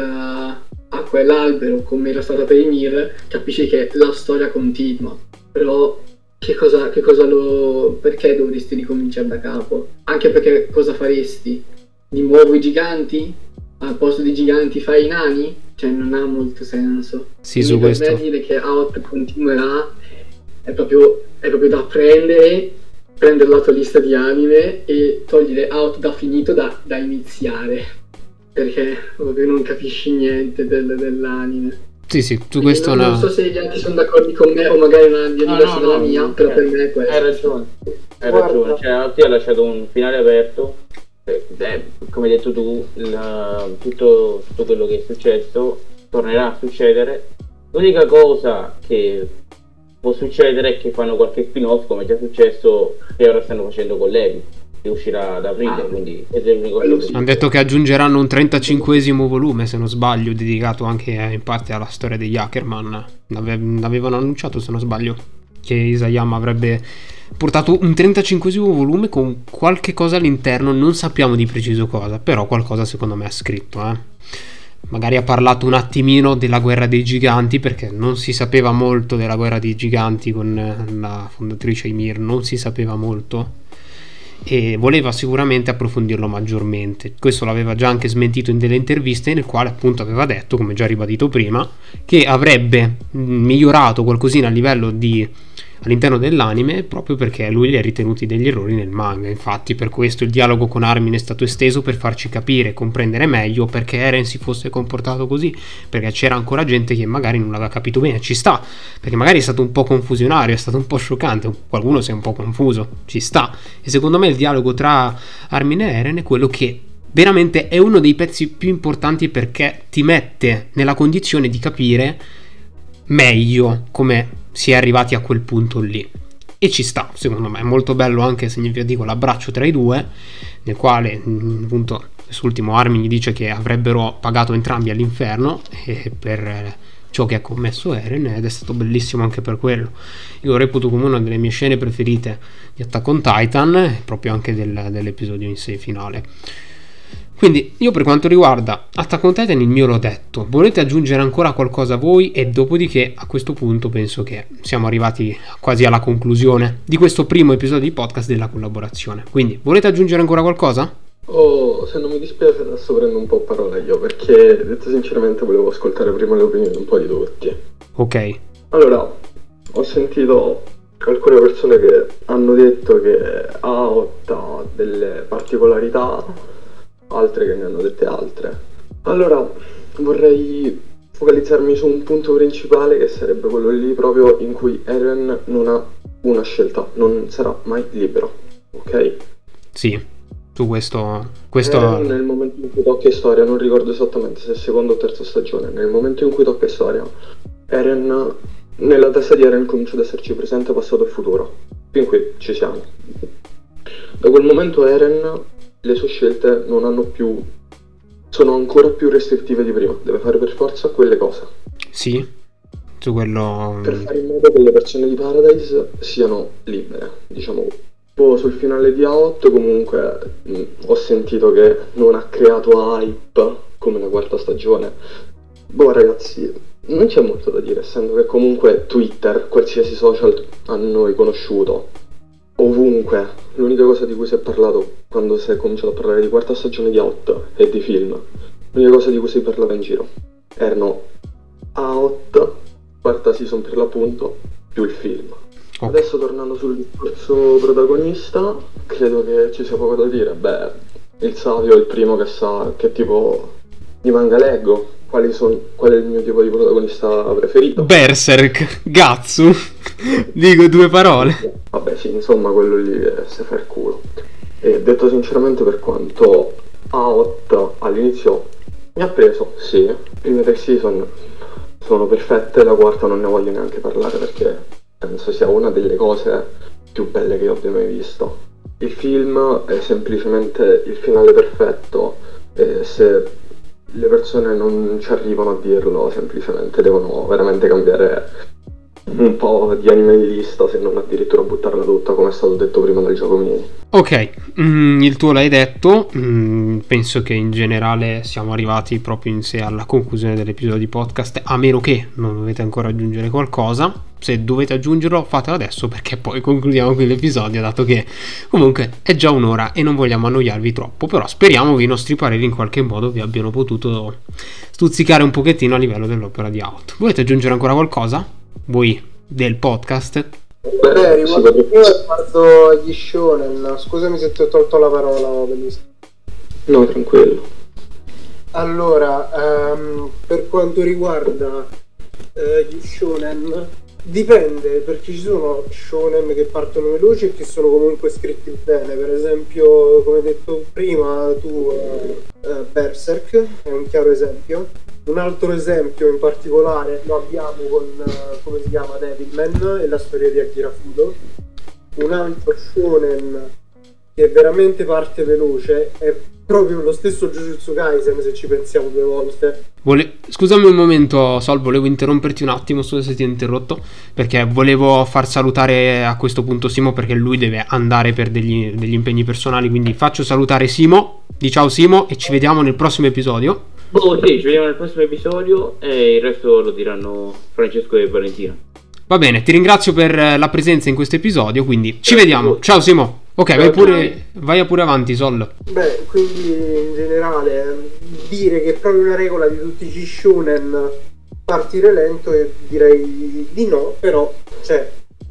a quell'albero come era stato per i Mir, capisci che la storia continua. Però che cosa, che cosa lo... perché dovresti ricominciare da capo? Anche perché cosa faresti? Di nuovo i giganti? Al posto di giganti fai i nani? Cioè non ha molto senso. Sì, Quindi su per questo. me dire che Out continuerà è proprio, è proprio da prendere, prendere la tua lista di anime e togliere Out da finito da, da iniziare. Perché proprio non capisci niente del, dell'anime. Sì, sì, su Quindi questo non, no. non so se gli altri sono d'accordo con me o magari una via No, diversa no, dalla no, mia, no, però cioè, per me è questo. Hai ragione, hai Guarda. ragione. Cioè, ti ha lasciato un finale aperto. Eh, eh, come hai detto tu, la- tutto, tutto quello che è successo tornerà a succedere. L'unica cosa che può succedere è che fanno qualche spin-off, come è già successo, che ora stanno facendo con Levi, che uscirà ad aprile, Ah. quindi questo è l'unico Quello cosa. sì. Hanno detto che aggiungeranno un trentacinquesimo volume, se non sbaglio, dedicato anche eh, in parte alla storia degli Ackerman. L'ave- L'avevano annunciato, se non sbaglio, che Isayama avrebbe portato un trentacinquesimo volume con qualche cosa all'interno, non sappiamo di preciso cosa, però qualcosa secondo me è scritto, eh. Magari ha parlato un attimino della guerra dei giganti, perché non si sapeva molto della guerra dei giganti con eh, la fondatrice Ymir, non si sapeva molto e voleva sicuramente approfondirlo maggiormente. Questo l'aveva già anche smentito in delle interviste, nel quale appunto aveva detto, come già ribadito prima, che avrebbe mh, migliorato qualcosina a livello di all'interno dell'anime proprio perché lui li ha ritenuti degli errori nel manga. Infatti per questo il dialogo con Armin è stato esteso, per farci capire e comprendere meglio perché Eren si fosse comportato così, perché c'era ancora gente che magari non l'aveva capito bene. Ci sta, perché magari è stato un po' confusionario, è stato un po' scioccante, qualcuno si è un po' confuso, ci sta. E secondo me il dialogo tra Armin e Eren è quello che veramente è uno dei pezzi più importanti, perché ti mette nella condizione di capire meglio come si è arrivati a quel punto lì, e ci sta. Secondo me è molto bello anche, significativo, l'abbraccio tra i due, nel quale mh, appunto quest'ultimo Armin gli dice che avrebbero pagato entrambi all'inferno e per eh, ciò che ha commesso Eren, ed è stato bellissimo anche per quello. Io lo reputo come una delle mie scene preferite di Attack on Titan, proprio anche del, dell'episodio in sé finale. Quindi io per quanto riguarda Attack on Titan il mio l'ho detto. Volete aggiungere ancora qualcosa voi? E dopodiché a questo punto penso che siamo arrivati quasi alla conclusione di questo primo episodio di podcast della collaborazione. Quindi volete aggiungere ancora qualcosa? Oh, se non mi dispiace adesso prendo un po' parola io, perché detto sinceramente volevo ascoltare prima le opinioni un po' di tutti. Ok. Allora, ho sentito alcune persone che hanno detto che A otto ha delle particolarità, altre che ne hanno dette altre. Allora, vorrei focalizzarmi su un punto principale, che sarebbe quello lì proprio in cui Eren non ha una scelta, non sarà mai libero, ok? Sì, su questo... questo... Eren nel momento in cui tocca storia, non ricordo esattamente se è seconda o terza stagione, nel momento in cui tocca storia, Eren, nella testa di Eren comincia ad esserci presente, passato e futuro. Fin qui ci siamo. Da quel momento Eren, le sue scelte non hanno più, sono ancora più restrittive di prima, deve fare per forza quelle cose. Sì, su quello... Per fare in modo che le persone di Paradise siano libere, diciamo. Poi sul finale di A otto comunque mh, ho sentito che non ha creato hype come la quarta stagione. Boh ragazzi, non c'è molto da dire, essendo che comunque Twitter, qualsiasi social hanno riconosciuto, ovunque, l'unica cosa di cui si è parlato quando si è cominciato a parlare di quarta stagione di A otto e di film, l'unica cosa di cui si parlava in giro erano A otto, quarta season per l'appunto, più il film. Ok. Adesso tornando sul discorso protagonista, credo che ci sia poco da dire. Beh, il Savio è il primo che sa che tipo di manga leggo, quali son, qual è il mio tipo di protagonista preferito. Berserk, Gatsu, dico due parole. Vabbè sì, insomma quello lì è se fa il culo. E detto sinceramente, per quanto A otto all'inizio mi ha preso, sì, le prime tre season sono perfette, la quarta non ne voglio neanche parlare perché penso sia una delle cose più belle che io abbia mai visto. Il film è semplicemente il finale perfetto, e se le persone non ci arrivano a dirlo semplicemente devono veramente cambiare un po' di anime di lista, se non addirittura buttarla tutta, come è stato detto prima dal gioco mini. Ok, mm, il tuo l'hai detto, mm, penso che in generale siamo arrivati proprio in sé alla conclusione dell'episodio di podcast, a meno che non dovete ancora aggiungere qualcosa. Se dovete aggiungerlo fatelo adesso, perché poi concludiamo qui l'episodio, dato che comunque è già un'ora e non vogliamo annoiarvi troppo, però speriamo che i nostri pareri in qualche modo vi abbiano potuto stuzzicare un pochettino a livello dell'opera di Out. Volete aggiungere ancora qualcosa? Voi del podcast? Beh, riguardo, io riguardo gli shonen, scusami se ti ho tolto la parola, bellissimo. No, tranquillo. Allora, um, per quanto riguarda uh, gli shonen, dipende, perché ci sono shonen che partono veloci e che sono comunque scritti bene. Per esempio, come detto prima tu, uh, uh, Berserk è un chiaro esempio. Un altro esempio in particolare lo abbiamo con, uh, come si chiama, Devilman e la storia di Akira Fudo. Un altro shonen che veramente parte veloce è proprio lo stesso Jujutsu Kaisen, se ci pensiamo due volte. Vole... Scusami un momento, Sol, volevo interromperti un attimo, scusa se ti ho interrotto, perché volevo far salutare a questo punto Simo, perché lui deve andare per degli, degli impegni personali, quindi faccio salutare Simo. Di ciao Simo e ci vediamo nel prossimo episodio. Oh sì, ci vediamo nel prossimo episodio e il resto lo diranno Francesco e Valentina. Va bene, ti ringrazio per la presenza in questo episodio, quindi ci vediamo. Ciao Simo. Ok, vai pure, vai pure avanti, Sol. Beh, quindi in generale dire che è proprio una regola di tutti gli shonen partire lento, e direi di no, però cioè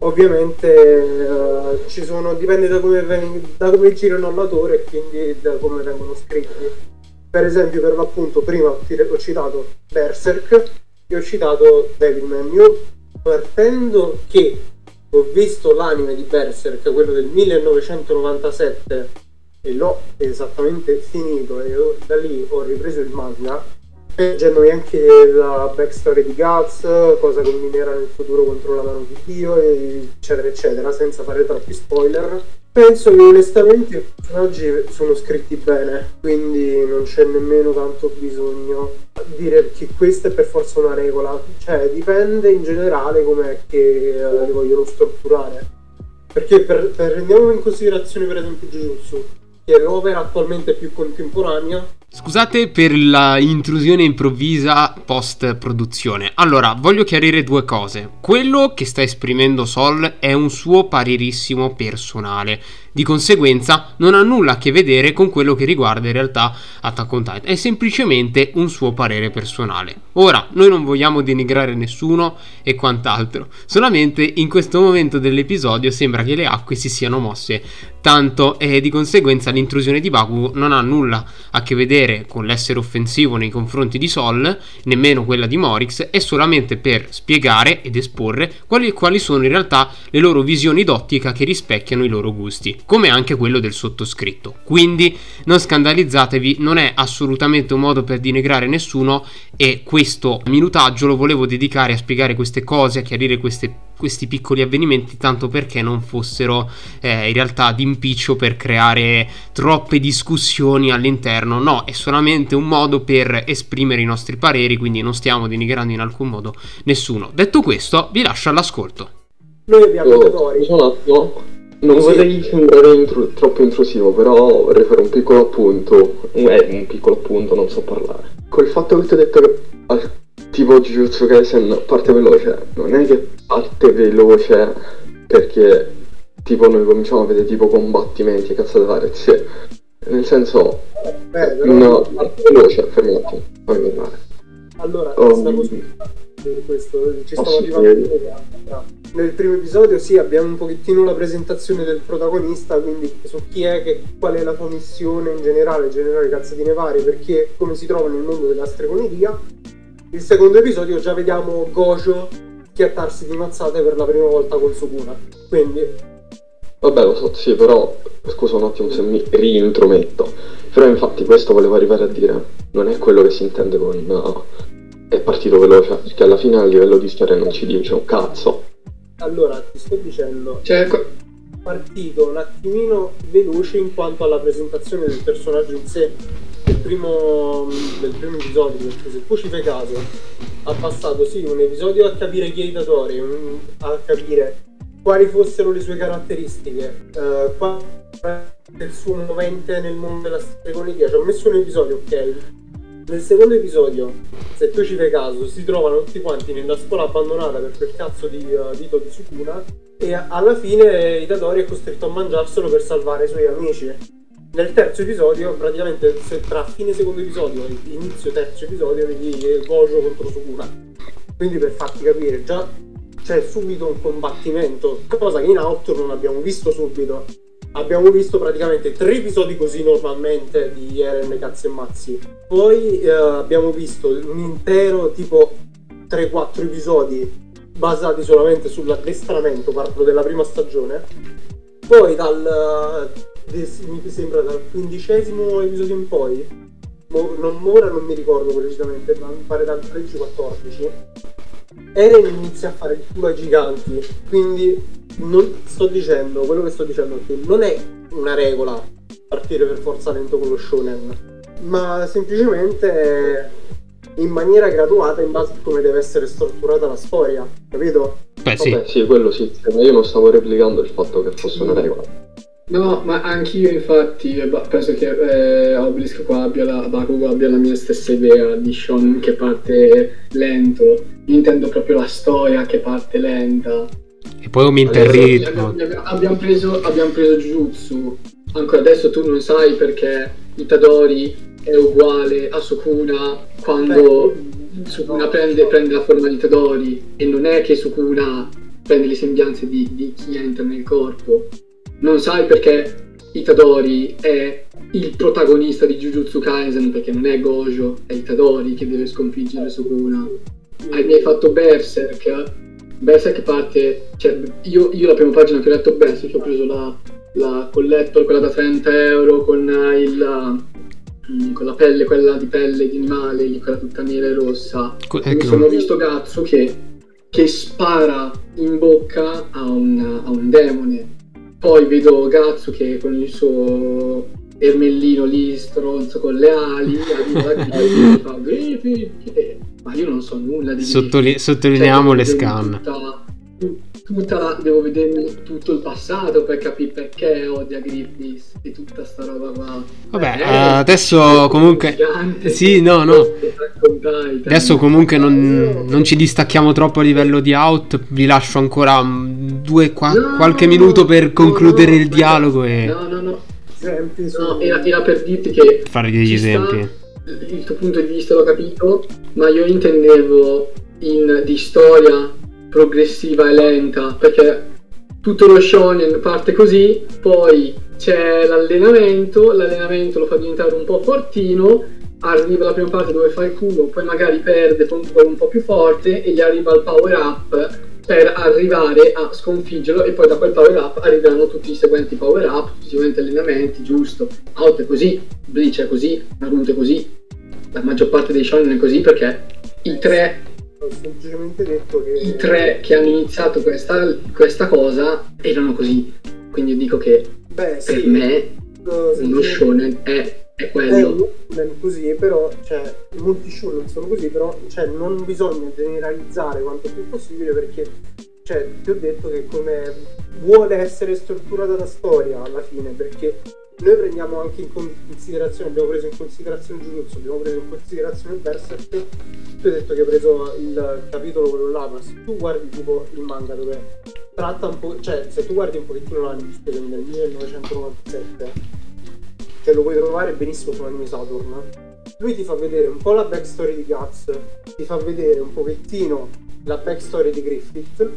ovviamente uh, ci sono, dipende da come, ven- da come girano l'autore e quindi da come vengono scritti. Per esempio, per l'appunto, prima ho citato Berserk e ho citato Devilman. Io, partendo che ho visto l'anime di Berserk, quello del millenovecentonovantasette, e l'ho esattamente finito, e ho, da lì ho ripreso il manga, leggendomi anche la backstory di Guts, cosa combinerà nel futuro contro la mano di Dio, eccetera eccetera, senza fare troppi spoiler. Penso che onestamente i personaggi sono scritti bene, quindi non c'è nemmeno tanto bisogno di dire che questa è per forza una regola, cioè dipende in generale com'è che uh, li vogliono strutturare, perché per, per prendiamo in considerazione per esempio Jujutsu, che è l'opera attualmente più contemporanea. Scusate per la intrusione improvvisa post produzione. Allora, voglio chiarire due cose. Quello che sta esprimendo Sol è un suo paririssimo personale. Di conseguenza non ha nulla a che vedere con quello che riguarda in realtà Attack on Titan. È semplicemente un suo parere personale. Ora, noi non vogliamo denigrare nessuno e quant'altro. Solamente in questo momento dell'episodio sembra che le acque si siano mosse tanto e di conseguenza l'intrusione di Bakugo non ha nulla a che vedere con l'essere offensivo nei confronti di Sol, nemmeno quella di Morix, è solamente per spiegare ed esporre quali, quali sono in realtà le loro visioni d'ottica che rispecchiano i loro gusti, come anche quello del sottoscritto. Quindi non scandalizzatevi, non è assolutamente un modo per denigrare nessuno, e questo minutaggio lo volevo dedicare a spiegare queste cose, a chiarire queste questi piccoli avvenimenti, tanto perché non fossero eh, in realtà d'impiccio per creare troppe discussioni all'interno. No, è solamente un modo per esprimere i nostri pareri, quindi non stiamo denigrando in alcun modo nessuno. Detto questo, vi lascio all'ascolto. Noi abbiamo oh, un attimo, non sì. vorrei sembrare intru- troppo intrusivo, però vorrei fare un piccolo appunto, eh, un piccolo appunto, non so parlare. Col fatto che ti ho detto che al tipo Jujutsu Kaisen parte veloce, non è che parte veloce perché tipo noi cominciamo a vedere tipo combattimenti e cazzate varie, sì. Nel senso, Beh, però... no, parte veloce, fermi un attimo, fammi parlare. Allora, um, stavo per questo, ci stavo oh, arrivando sì. Nel primo episodio sì, abbiamo un pochettino la presentazione del protagonista, quindi su chi è, che, qual è la sua missione in generale, generare cazzatine varie, perché come si trova nel mondo della stregoneria. Il secondo episodio già vediamo Gojo schiattarsi di mazzate per la prima volta con Sukuna, quindi... Vabbè, lo so, sì, però scusa un attimo se mi rintrometto, però infatti questo volevo arrivare a dire, non è quello che si intende con uh, è partito veloce, perché alla fine a livello di storia non ci dice un cazzo. Allora, ti sto dicendo, cioè, è partito un attimino veloce in quanto alla presentazione del personaggio in sé, primo, del primo episodio, perché se tu ci fai caso, ha passato sì un episodio a capire chi è Itadori, un- a capire quali fossero le sue caratteristiche, eh, qual è il suo movente nel mondo della stregoneria. Ci ho messo un episodio, ok? Nel secondo episodio, se tu ci fai caso, si trovano tutti quanti nella scuola abbandonata per quel cazzo di uh, dito di Sukuna, e alla fine Itadori è costretto a mangiarselo per salvare i suoi amici. Nel terzo episodio, praticamente se tra fine secondo episodio e inizio terzo episodio, vedi Gojo contro Sukuna. Quindi per farti capire, già c'è subito un combattimento, cosa che in Out non abbiamo visto subito. Abbiamo visto praticamente tre episodi così normalmente di Eren Cazzi e Mazzi. Poi eh, abbiamo visto un intero tipo tre quattro episodi basati solamente sull'addestramento, parlo della prima stagione. Poi dal eh, mi sembra dal quindicesimo episodio in poi, mo, non, ora non mi ricordo precisamente, ma mi pare dal tredici quattordici, Eren inizia a fare il culo ai giganti. Quindi non sto dicendo, quello che sto dicendo è che non è una regola partire per forza lento con lo shonen, ma semplicemente in maniera graduata in base a come deve essere strutturata la storia, capito? Beh, sì. Vabbè, sì, quello sì, ma io non stavo replicando il fatto che fosse una regola. No, ma anch'io infatti eh, ba- penso che eh, Obelisk qua abbia la, Bakugo abbia la mia stessa idea di shonen che parte lento. Io intendo proprio la storia che parte lenta. E poi aumenta il Adesso ritmo. abbiamo, abbiamo- abbiamo preso abbiamo preso Jujutsu. Ancora adesso tu non sai perché Itadori è uguale a Sukuna quando Sukuna prende, prende la forma di Itadori, e non è che Sukuna prende le sembianze di, di chi entra nel corpo. Non sai perché Itadori è il protagonista di Jujutsu Kaisen, perché non è Gojo, è Itadori che deve sconfiggere Sukuna. Hai mi hai fatto Berserk. Berserk parte, cioè io, io la prima pagina che ho letto Berserk ho preso la, la collector, quella da trenta euro con il mm, con la pelle, quella di pelle di animale, lì, quella tutta nera e rossa. Co- Mi ecco. sono visto Gatsu che, che spara in bocca a un, a un demone. Poi vedo Gatsu che con il suo ermellino lì stronzo con le ali arriva da Griffith e fa Griffith, che- ma io non so nulla di Sottoli- Griffith. sottolineiamo Cioè, le devo scan. tutta, tutta, devo vedere tutto il passato per capire perché odia Griffith e tutta sta roba qua. Vabbè, Eh, eh, adesso comunque gigante, sì, no, no. che raccontai, Adesso comunque non, non ci distacchiamo troppo a livello di Out. Vi lascio ancora mm, due qua- No, qualche minuto per no, concludere no, il dialogo e No, no, no. Esempi su... No, era, era per dirti che fare degli ci sta, esempi. il tuo punto di vista l'ho capito, ma io intendevo in, di storia progressiva e lenta, perché tutto lo shonen parte così, poi c'è l'allenamento, l'allenamento lo fa diventare un po' fortino, arriva la prima parte dove fa il culo, poi magari perde contro quello un po' più forte e gli arriva il power up per arrivare a sconfiggerlo, e poi da quel power up arriveranno tutti i seguenti power up, tutti i seguenti allenamenti, giusto? Out è così, Bleach è così, Naruto è così, la maggior parte dei shonen è così, perché i tre, Ho semplicemente detto che... i tre che hanno iniziato questa, questa cosa erano così, quindi io dico che Beh, per sì, me eh, uno semplicemente- shonen è, è Eh, quello. non così, però, cioè, molti show non sono così, però, cioè, non bisogna generalizzare quanto più possibile, perché, cioè, ti ho detto che come vuole essere strutturata la storia alla fine, perché noi prendiamo anche in considerazione, abbiamo preso in considerazione Jujutsu, abbiamo preso in considerazione Berserk. Tu hai detto che hai preso il capitolo quello là, ma se tu guardi tipo il manga dove tratta un po', cioè, se tu guardi un pochettino l'anime, scusami, del millenovecentonovantasette, che lo puoi trovare benissimo su Anime Saturn, lui ti fa vedere un po' la backstory di Guts, ti fa vedere un pochettino la backstory di Griffith,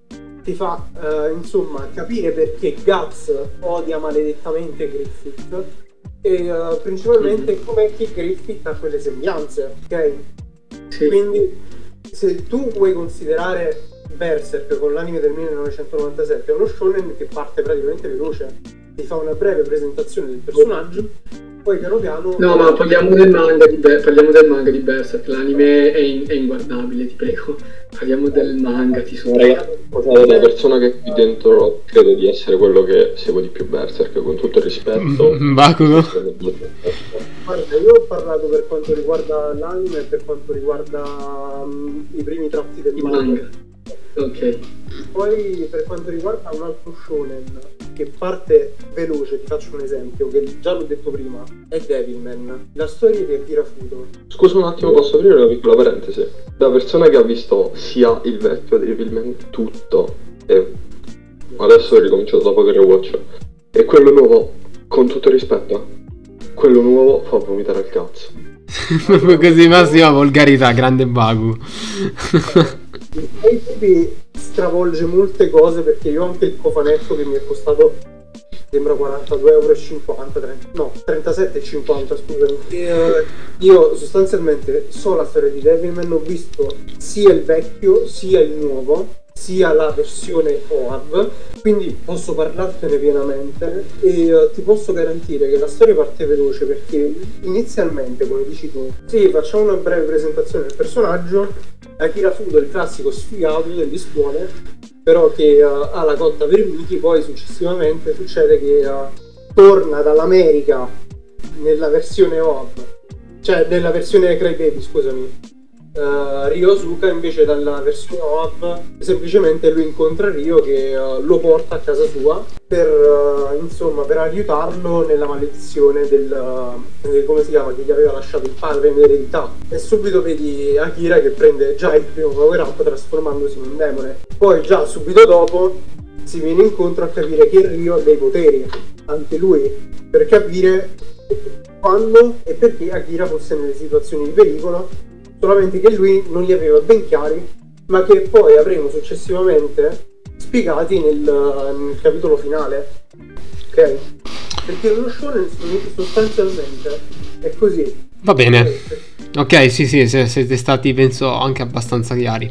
ti fa eh, insomma capire perché Guts odia maledettamente Griffith, e eh, principalmente com'è che Griffith ha quelle sembianze, ok? Sì. Quindi se tu vuoi considerare Berserk con l'anime del millenovecentonovantasette è uno shonen che parte praticamente veloce, ti fa una breve presentazione del personaggio, poi piano piano... No, ma parliamo del manga di, Ber- parliamo del manga di Berserk, l'anime è, in- è inguardabile, ti prego. Parliamo del manga, ti Ragazzi, scusate, la persona che qui dentro credo di essere quello che segue di più Berserk, con tutto il rispetto. Bakugo. Guarda, io ho parlato per quanto riguarda l'anime e per quanto riguarda um, i primi tratti del Il manga. manga. Ok. Poi per quanto riguarda un altro shonen che parte veloce, ti faccio un esempio, che già l'ho detto prima, è Devilman, la storia di Akira Fudo. Scusa un attimo, posso aprire una piccola parentesi? Da persona che ha visto sia il vecchio Devilman tutto e adesso ho ricominciato dopo che rewatch, e quello nuovo, con tutto rispetto, quello nuovo fa vomitare il cazzo. Così massima volgarità, grande Baku. E quindi stravolge molte cose, perché io ho anche il cofanetto che mi è costato, sembra quarantadue e cinquanta euro, trenta, no, trentasette e cinquanta, scusami. E, uh, io sostanzialmente so la storia di Devilman, ho visto sia il vecchio sia il nuovo, sia la versione O A V, quindi posso parlartene pienamente e uh, ti posso garantire che la storia parte veloce, perché inizialmente, come dici tu, sì, facciamo una breve presentazione del personaggio. Akira Fudo è il classico sfigato delle scuole, però che uh, ha la cotta per miti. Poi successivamente succede che uh, torna dall'America nella versione O A V, cioè nella versione Crybaby, scusami. Uh, Ryosuka invece dalla versione O A V semplicemente lui incontra Ryo che uh, lo porta a casa sua per uh, insomma per aiutarlo nella maledizione del, uh, del come si chiama, che gli aveva lasciato il padre in eredità, e subito vedi Akira che prende già il primo power up trasformandosi in un demone. Poi già subito dopo si viene incontro a capire che Ryo ha dei poteri anche lui, per capire quando e perché Akira fosse nelle situazioni di pericolo, solamente che lui non li aveva ben chiari, ma che poi avremo successivamente spiegati nel, nel capitolo finale, ok? Perché lo shonen sostanzialmente è così. Va bene, ok, sì sì, siete stati penso anche abbastanza chiari.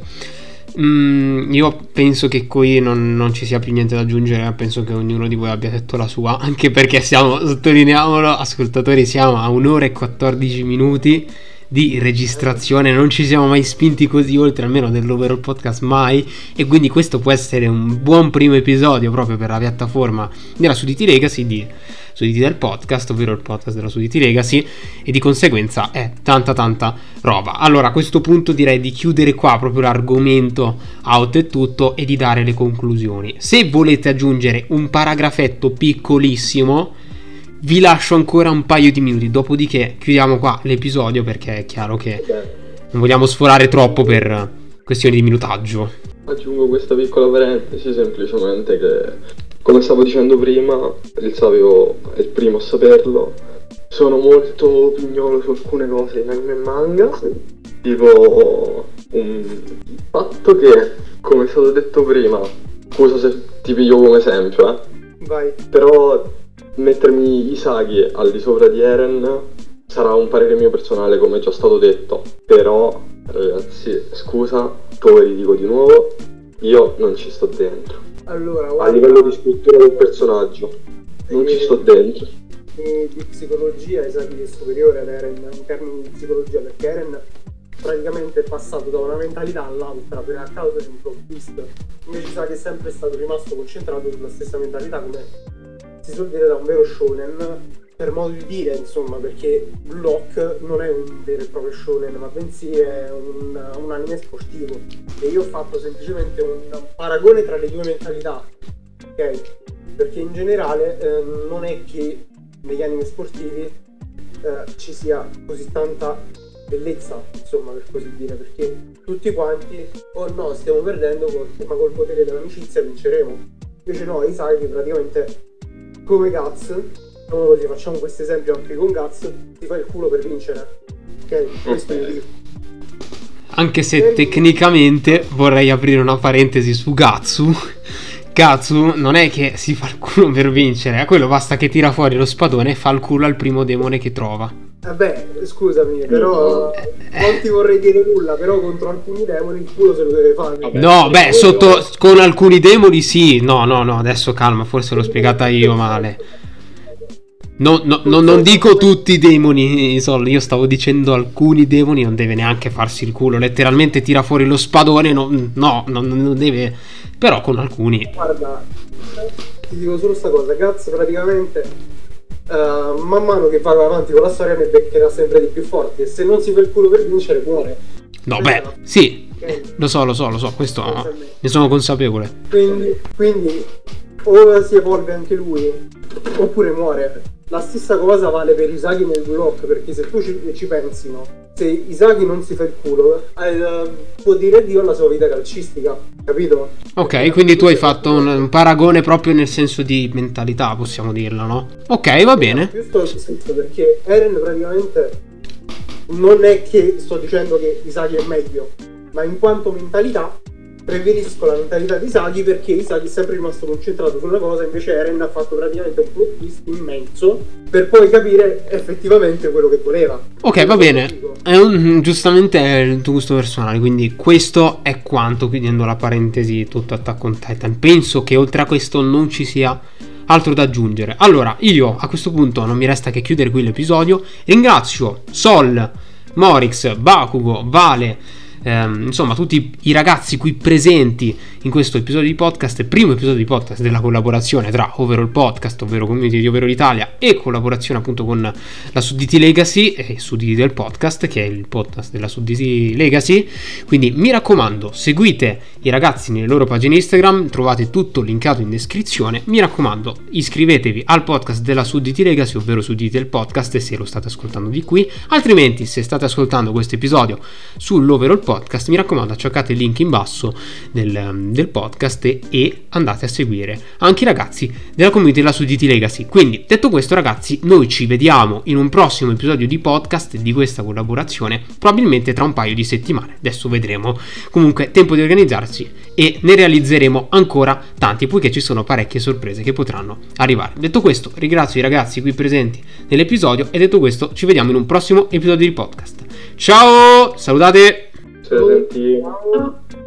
Mm, io penso che qui non, non ci sia più niente da aggiungere, penso che ognuno di voi abbia detto la sua, anche perché siamo, sottolineiamolo ascoltatori, siamo a un'ora e quattordici minuti di registrazione, non ci siamo mai spinti così oltre, almeno dell'overall podcast mai, e quindi questo può essere un buon primo episodio proprio per la piattaforma della Sudity Legacy, di Sudity del podcast, ovvero il podcast della Sudity Legacy, e di conseguenza è tanta tanta roba. Allora a questo punto direi di chiudere qua proprio l'argomento out e tutto e di dare le conclusioni. Se volete aggiungere un paragrafetto piccolissimo vi lascio ancora un paio di minuti, dopodiché chiudiamo qua l'episodio, perché è chiaro che non vogliamo sforare troppo per questioni di minutaggio. Aggiungo questa piccola parentesi semplicemente che, come stavo dicendo prima, il Savio è il primo a saperlo, sono molto pignolo su alcune cose in anime e manga, tipo un fatto che, come è stato detto prima, scusa se ti piglio come esempio, eh, Vai. però mettermi Isagi al di sopra di Eren sarà un parere mio personale, come è già stato detto, però ragazzi, scusa, te lo ridico di nuovo, io non ci sto dentro. Allora, A guarda, livello di scrittura del personaggio non ci sto dentro. di, di psicologia Isagi è superiore ad Eren in termini di psicologia, perché Eren praticamente è passato da una mentalità all'altra per a causa di un plot twist, invece Isagi è sempre stato rimasto concentrato sulla stessa mentalità, come si suol dire da un vero shonen, per modo di dire, insomma, perché Block non è un vero e proprio shonen, ma bensì è un, un anime sportivo, e io ho fatto semplicemente un paragone tra le due mentalità, ok? Perché in generale eh, non è che negli anime sportivi eh, ci sia così tanta bellezza, insomma, per così dire, perché tutti quanti, oh no, stiamo perdendo, ma col potere dell'amicizia vinceremo. Invece no, Isagi praticamente, come Guts, diciamo così, facciamo questo esempio anche con Guts, ti fa il culo per vincere, ok? Questo Ok. è il Anche se tecnicamente vorrei aprire una parentesi su Gatsu. Gatsu non è che si fa il culo per vincere, a quello basta che tira fuori lo spadone e fa il culo al primo demone che trova. Vabbè, scusami, però non ti vorrei dire nulla, però contro alcuni demoni il culo se lo deve fare. Vabbè. No, beh, quello- sotto con alcuni demoni sì. No, no, no, adesso calma, forse l'ho spiegata io male. No, no, no, non dico tutti i demoni, Sol, io stavo dicendo alcuni demoni non deve neanche farsi il culo, letteralmente tira fuori lo spadone, no, no, non, non deve, però con alcuni. Guarda, ti dico solo sta cosa, Guts praticamente uh, man mano che va avanti con la storia ne beccherà sempre di più forti, e se non si fa il culo per vincere muore. No, beh, sì, lo so, lo so, lo so, questo ne sono consapevole. Quindi, quindi o si evolve anche lui oppure muore. La stessa cosa vale per Isagi nel Block, perché se tu ci, ci pensi, no? Se Isagi non si fa il culo, eh, può dire addio alla sua vita calcistica, capito? Ok, perché quindi tu hai fatto un, un paragone proprio nel senso di mentalità, possiamo dirlo, no? Ok, va bene. Giusto, perché Eren praticamente non è che sto dicendo che Isagi è meglio, ma in quanto mentalità preferisco la mentalità di Isagi, perché Isagi è sempre rimasto concentrato su una cosa, invece Eren ha fatto praticamente un plot twist immenso per poi capire effettivamente quello che voleva. Ok, va bene, è un, giustamente è il tuo gusto personale, quindi questo è quanto, chiudendo la parentesi tutto Attack on Titan. Penso che oltre a questo non ci sia altro da aggiungere. Allora, io a questo punto non mi resta che chiudere qui l'episodio. Ringrazio Sol, Morix, Bakugo, Vale, ehm, insomma tutti i ragazzi qui presenti in questo episodio di podcast, primo episodio di podcast della collaborazione tra Overall Podcast, ovvero community di Overall Italia, e collaborazione appunto con la Sudditi Legacy e Sudditi del Podcast, che è il podcast della Sudditi Legacy. Quindi mi raccomando, seguite i ragazzi nelle loro pagine Instagram, trovate tutto linkato in descrizione. Mi raccomando, iscrivetevi al podcast della Sudditi Legacy, ovvero Sudditi del Podcast, se lo state ascoltando di qui. Altrimenti, se state ascoltando questo episodio sull'Overall Podcast, mi raccomando, cercate il link in basso del, del podcast e, e andate a seguire anche i ragazzi della community della Sudditi Legacy. Quindi, detto questo, ragazzi, noi ci vediamo in un prossimo episodio di podcast di questa collaborazione, probabilmente tra un paio di settimane. Adesso vedremo. Comunque, tempo di organizzarsi e ne realizzeremo ancora tanti, poiché ci sono parecchie sorprese che potranno arrivare. Detto questo, ringrazio i ragazzi qui presenti nell'episodio e detto questo, ci vediamo in un prossimo episodio di podcast. Ciao, salutate. Ciao. Ciao.